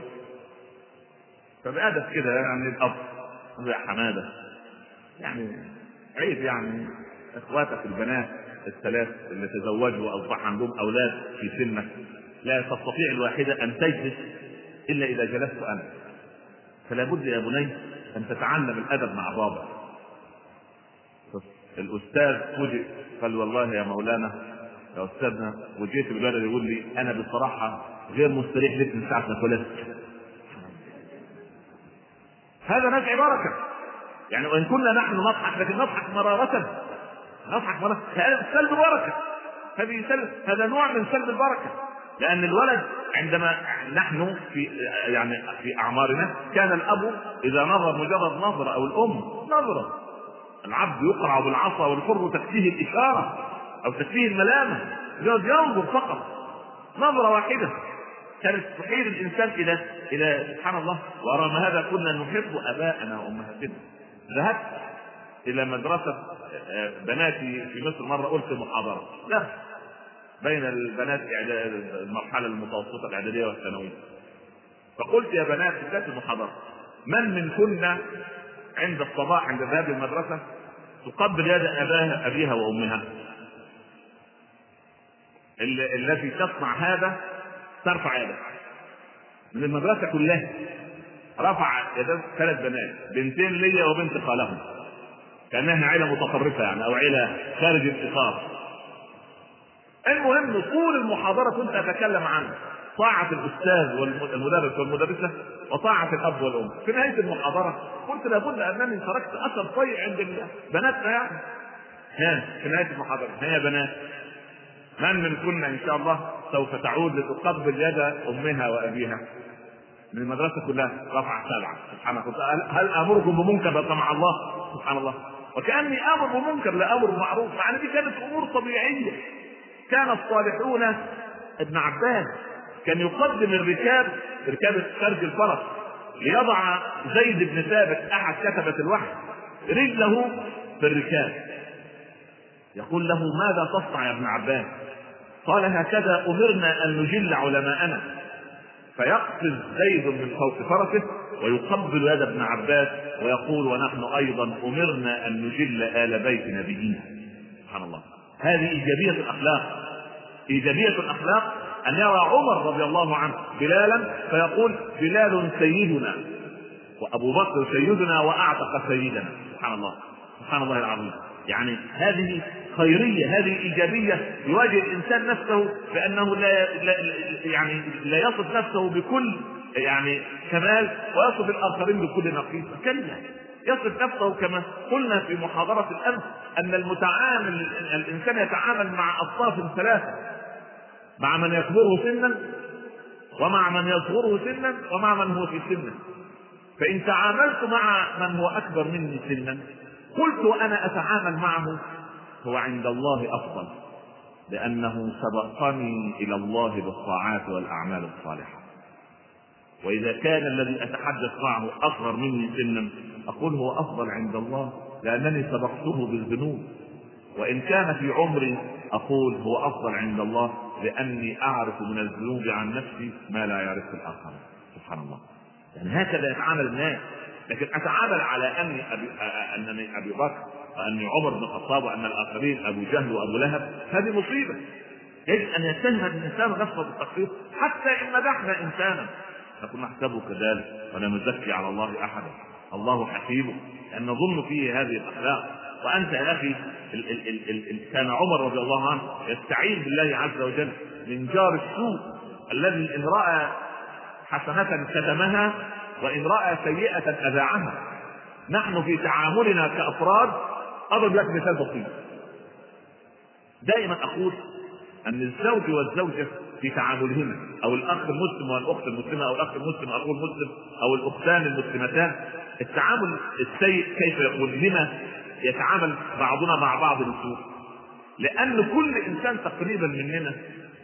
فبأدب كده يعني الأب يا حمادة، يعني عيب يعني اخواتك البنات الثلاث اللي تزوجوا واصبح عندهم اولاد في سنك لا تستطيع الواحده ان تجلس الا اذا جلست انا، فلا بد يا بني ان تتعلم الادب مع بابا. الاستاذ فوجئ قال والله يا مولانا يا استاذنا، وجيت بالولد يقول لي انا بصراحه غير مستريح لك من ساعه ما اتولدت. هذا نزع بركه، يعني وان كنا نحن نضحك لكن نضحك مرارة، نضحك مرارة، هذا سلب بركة، هذا نوع من سلب البركة. لأن الولد عندما نحن في أعمارنا كان الأب إذا نظر مجرد نظرة أو الأم نظرة، العبد يقرع بالعصا والحر تكفيه الإشارة أو تكفيه الملامة، ينظر فقط نظرة واحدة كانت تحيل الإنسان إلى سبحان الله. ورغم هذا كنا نحب أباءنا وأمهاتنا. ذهبت إلى مدرسة بناتي في مصر مرة، قلت محاضرة لا بين البنات المرحلة المتوسطة الإعدادية والثانوية، فقلت يا بنات في ذات المحاضرة من كنا عند الصباح عند ذهاب المدرسة تقبل يد أبيها وأمها؟ التي تصنع هذا ترفع يدها. من المدرسة كلها رفع يدها 3 بنات، بنتين ليا وبنت خالهم، كأنها عائلة متطرفة يعني أو عائلة خارج الإطار. المهم طول المحاضرة كنت أتكلم عن طاعة الأستاذ والمدرس والمدرسة وطاعة الأب والأم. في نهاية المحاضرة قلت لابد أنني تركت أثر طيب عند بناتنا يعني. في نهاية المحاضرة يا بنات، من منكن إن شاء الله سوف تعود لتقبل يد أمها وأبيها؟ من المدرسة كلها رفع 7. سبحان الله. هل أمركم بمنكر طمع الله؟ سبحان الله. وكأني أمر بمنكر لا أمر بمعروف، يعني دي كانت أمور طبيعية. كان الصالحون، ابن عباس كان يقدم ركاب خارج الفرس ليضع زيد بن ثابت أحد كتبة الوحي رجله في الركاب، يقول له ماذا تصنع يا ابن عباس؟ قال هكذا أمرنا أن نجل علماءنا. فيقفز زيد من فوق فرسه ويقبل يد ابن عباس ويقول ونحن أيضا أمرنا أن نجل آل بيت نبينا. سبحان الله. هذه إيجابية الأخلاق. إيجابية الأخلاق أن يرى عمر رضي الله عنه بلالا فيقول بلال سيدنا وأبو بكر سيدنا وأعتق سيدنا. سبحان الله. سبحان الله العظيم. يعني هذه خيرية، هذه إيجابية يواجه الإنسان نفسه بأنه لا يصف نفسه بكل كمال ويصف الآخرين بكل نقيصة. كلا، يصف نفسه كما قلنا في محاضرة الأمس أن الإنسان يتعامل مع أصناف 3: مع من يكبره سنا، ومع من يصغره سنا، ومع من هو في سنه. فإن تعاملت مع من هو أكبر مني سنا قلت وأنا أتعامل معه هو عند الله أفضل، لأنه سبقني إلى الله بالطاعات والأعمال الصالحة. وإذا كان الذي أتحدث معه أصغر مني سنا أقول هو أفضل عند الله لأنني سبقته بالذنوب. وإن كان في عمري أقول هو أفضل عند الله لأني أعرف من الذنوب عن نفسي ما لا يعرف الآخر. سبحان الله. يعني هكذا يتعامل الناس. لكن أتعامل على أنني أبي بكر وأني عمر بن الخطاب وأن الآخرين أبو جهل وأبو لهب، هذه مصيبة. يجب أن يتهم الإنسان نفسه بالتقصير. حتى إن مدحنا إنسانا نكون نحسبه كذلك ولا نزكي على الله أحدا. الله حسيبه، أن نظن فيه هذه الأخلاق. وأنت يا أخي كان عمر رضي الله عنه يستعين بالله عز وجل من جار السوء الذي إن رأى حسنة كتمها وإن رأى سيئة أذاعها. نحن في تعاملنا كأفراد أضرب لك مثال بسيط. دائما أقول أن الزوج والزوجة في تعاملهما، أو الأخ المسلم والأخت المسلمة، أو الأخ المسلم والأخ المسلم، أو الأختان المسلمتان، التعامل السيء كيف يكون؟ لما يتعامل بعضنا مع بعض بالسوء؟ لأن كل إنسان تقريبا مننا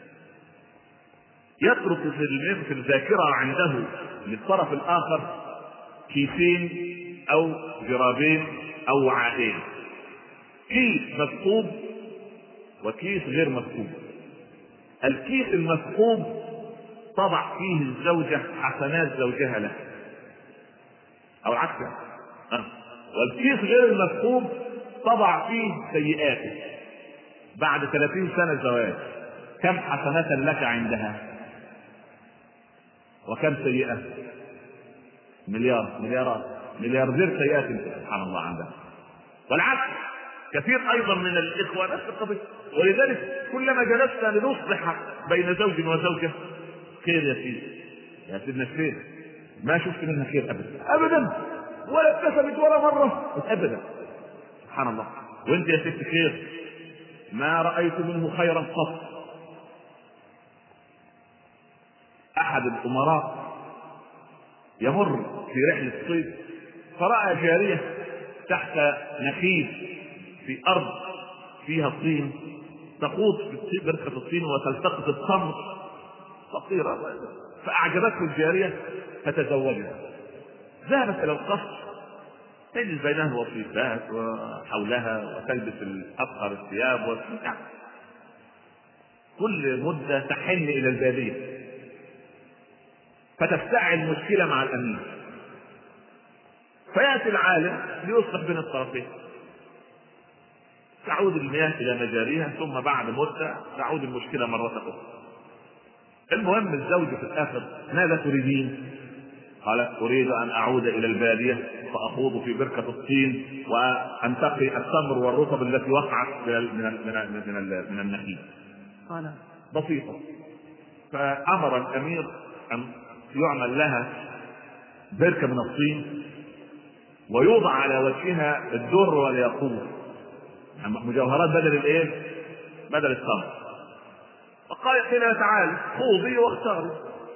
يترك في الذاكرة عنده للطرف الآخر كيسين أو جرابين أو وعاءين، كيس مثقوب وكيس غير مثقوب. الكيس المثقوب طبع فيه الزوجة حسنات زوجها له أو عكسها، والكيس غير المثقوب طبع فيه سيئاته. بعد 30 سنة زواج كم حسنة لك عندها وكم سيئة؟ ملياردير سيئات سبحان الله عندها. والعكس كثير أيضا من الإخوة نفس القضية. ولذلك كلما جلسنا لنصلح بين زوج وزوجة خير يا سيدي، يا سيدنا خير، ما شفت منها خير أبدا ولا ابتسمت ولا مرة أبدا. سبحان الله. وانت يا ست خير، ما رأيت منه خيرا قط. أحد الأمراء يمر في رحلة صيد فرأى جارية تحت نخيل في أرض فيها طين تخوض في بركة الطين وتلتقط التمر فقيرة، فأعجبته الجارية فتزوجها. ذهبت إلى القصر تجلس بينها وصيفات وحولها وتلبس أفخر الثياب والسمع. كل مدة تحن إلى البادية فتفتعل مشكلة مع الأمير، فيأتي العالم ليصلح بين الطرفين، تعود المياه إلى مجاريها، ثم بعد مدة تعود المشكلة مرة أخرى. المهم الزوج في الآخر ماذا تريدين؟ قالت أريد أن أعود إلى البادية فأخوض في بركة الطين وأنتقي التمر والرطب التي وقعت من النخيل. قال بسيطة. فأمر الأمير أن يعمل لها بركة من الطين ويوضع على وجهها الدر والياقوت، مجوهرات بدل التمر. فقال إلى تعال خوضي واختاري.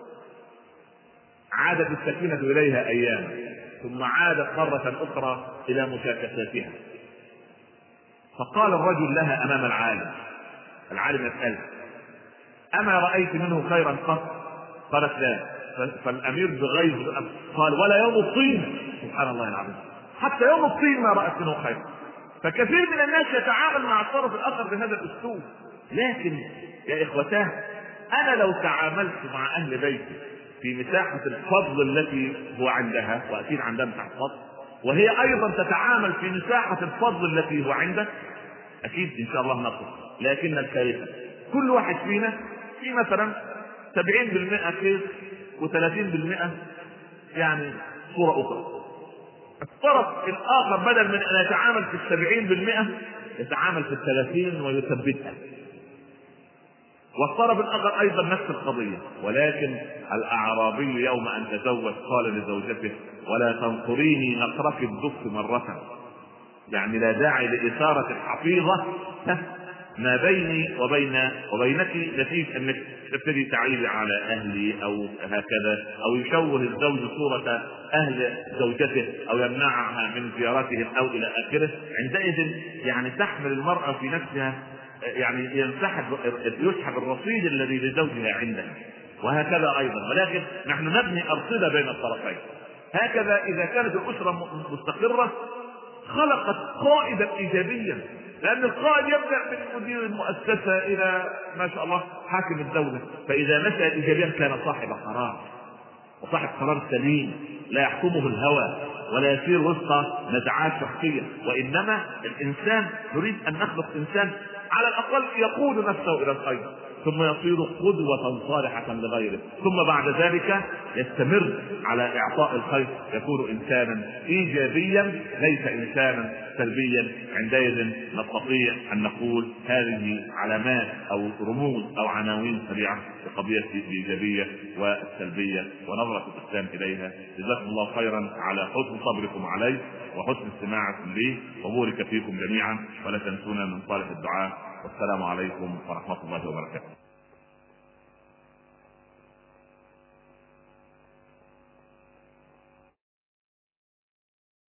عادت السكينة إليها أيام، ثم عادت مرة أخرى إلى مشاكساتها. فقال الرجل لها أمام العالم يسأل: أما رأيت منه خيرا قط؟ قالت لا. فالأمير بغيظ قال: ولا يوم الطين. سبحان الله العظيم، حتى يوم الطين ما رأت منه خيرا. فكثير من الناس يتعامل مع الطرف الآخر بهذا الأسلوب. لكن يا إخوتاه، أنا لو تعاملت مع أهل بيتي في مساحة الفضل التي هو عندها، وأكيد عندها مساحة فضل، وهي أيضا تتعامل في مساحة الفضل التي هو عنده، أكيد إن شاء الله نقص. لكن الكارثة كل واحد فينا في مثلا 70% خير و30% يعني صورة أخرى. الطرف الآخر بدل من أن يتعامل في 70% يتعامل في 30 ويثبتها. والطرف الآخر أيضا نفس القضية. ولكن الأعرابي يوم أن تزوج قال لزوجته: ولا تنصريني نصرك الدف مرة. يعني لا داعي لإثارة الحفيظة ما بيني وبينك نتيجة أنك تبتدي تعيب على أهلي أو هكذا، أو يشوه الزوج صورة أهل زوجته أو يمنعها من زيارتهم أو إلى آخره. عندئذ يعني تحمل المرأة في نفسها، يعني يسحب الرصيد الذي لزوجها عندها، وهكذا أيضا. ولكن نحن نبني أرصدة بين الطرفين. هكذا إذا كانت الأسرة مستقرة خلقت قائدا إيجابيا، لأن القائد يبدأ من مدير المؤسسة إلى ما شاء الله حاكم الدولة. فإذا نشأ إيجابيا كان صاحب قرار، وصاحب قرار سليم لا يحكمه الهوى ولا يسير وفق نزعات شخصية. وإنما الإنسان نريد أن نخلق إنسان على الأقل يقود نفسه إلى الخير، ثم يصير قدوة صالحة لغيره، ثم بعد ذلك يستمر على إعطاء الخير، يكون إنسانا إيجابيا ليس إنسانا سلبيا. عندئذ نستطيع أن نقول هذه علامات أو رموز أو عناوين سريعة لقضية الإيجابية والسلبية ونظرة الإسلام إليها. جزاكم الله خيرا على حسن صبركم علي وحسن استماعكم لي، وبارك فيكم جميعا، ولا تنسونا من صالح الدعاء. والسلام عليكم ورحمة الله وبركاته.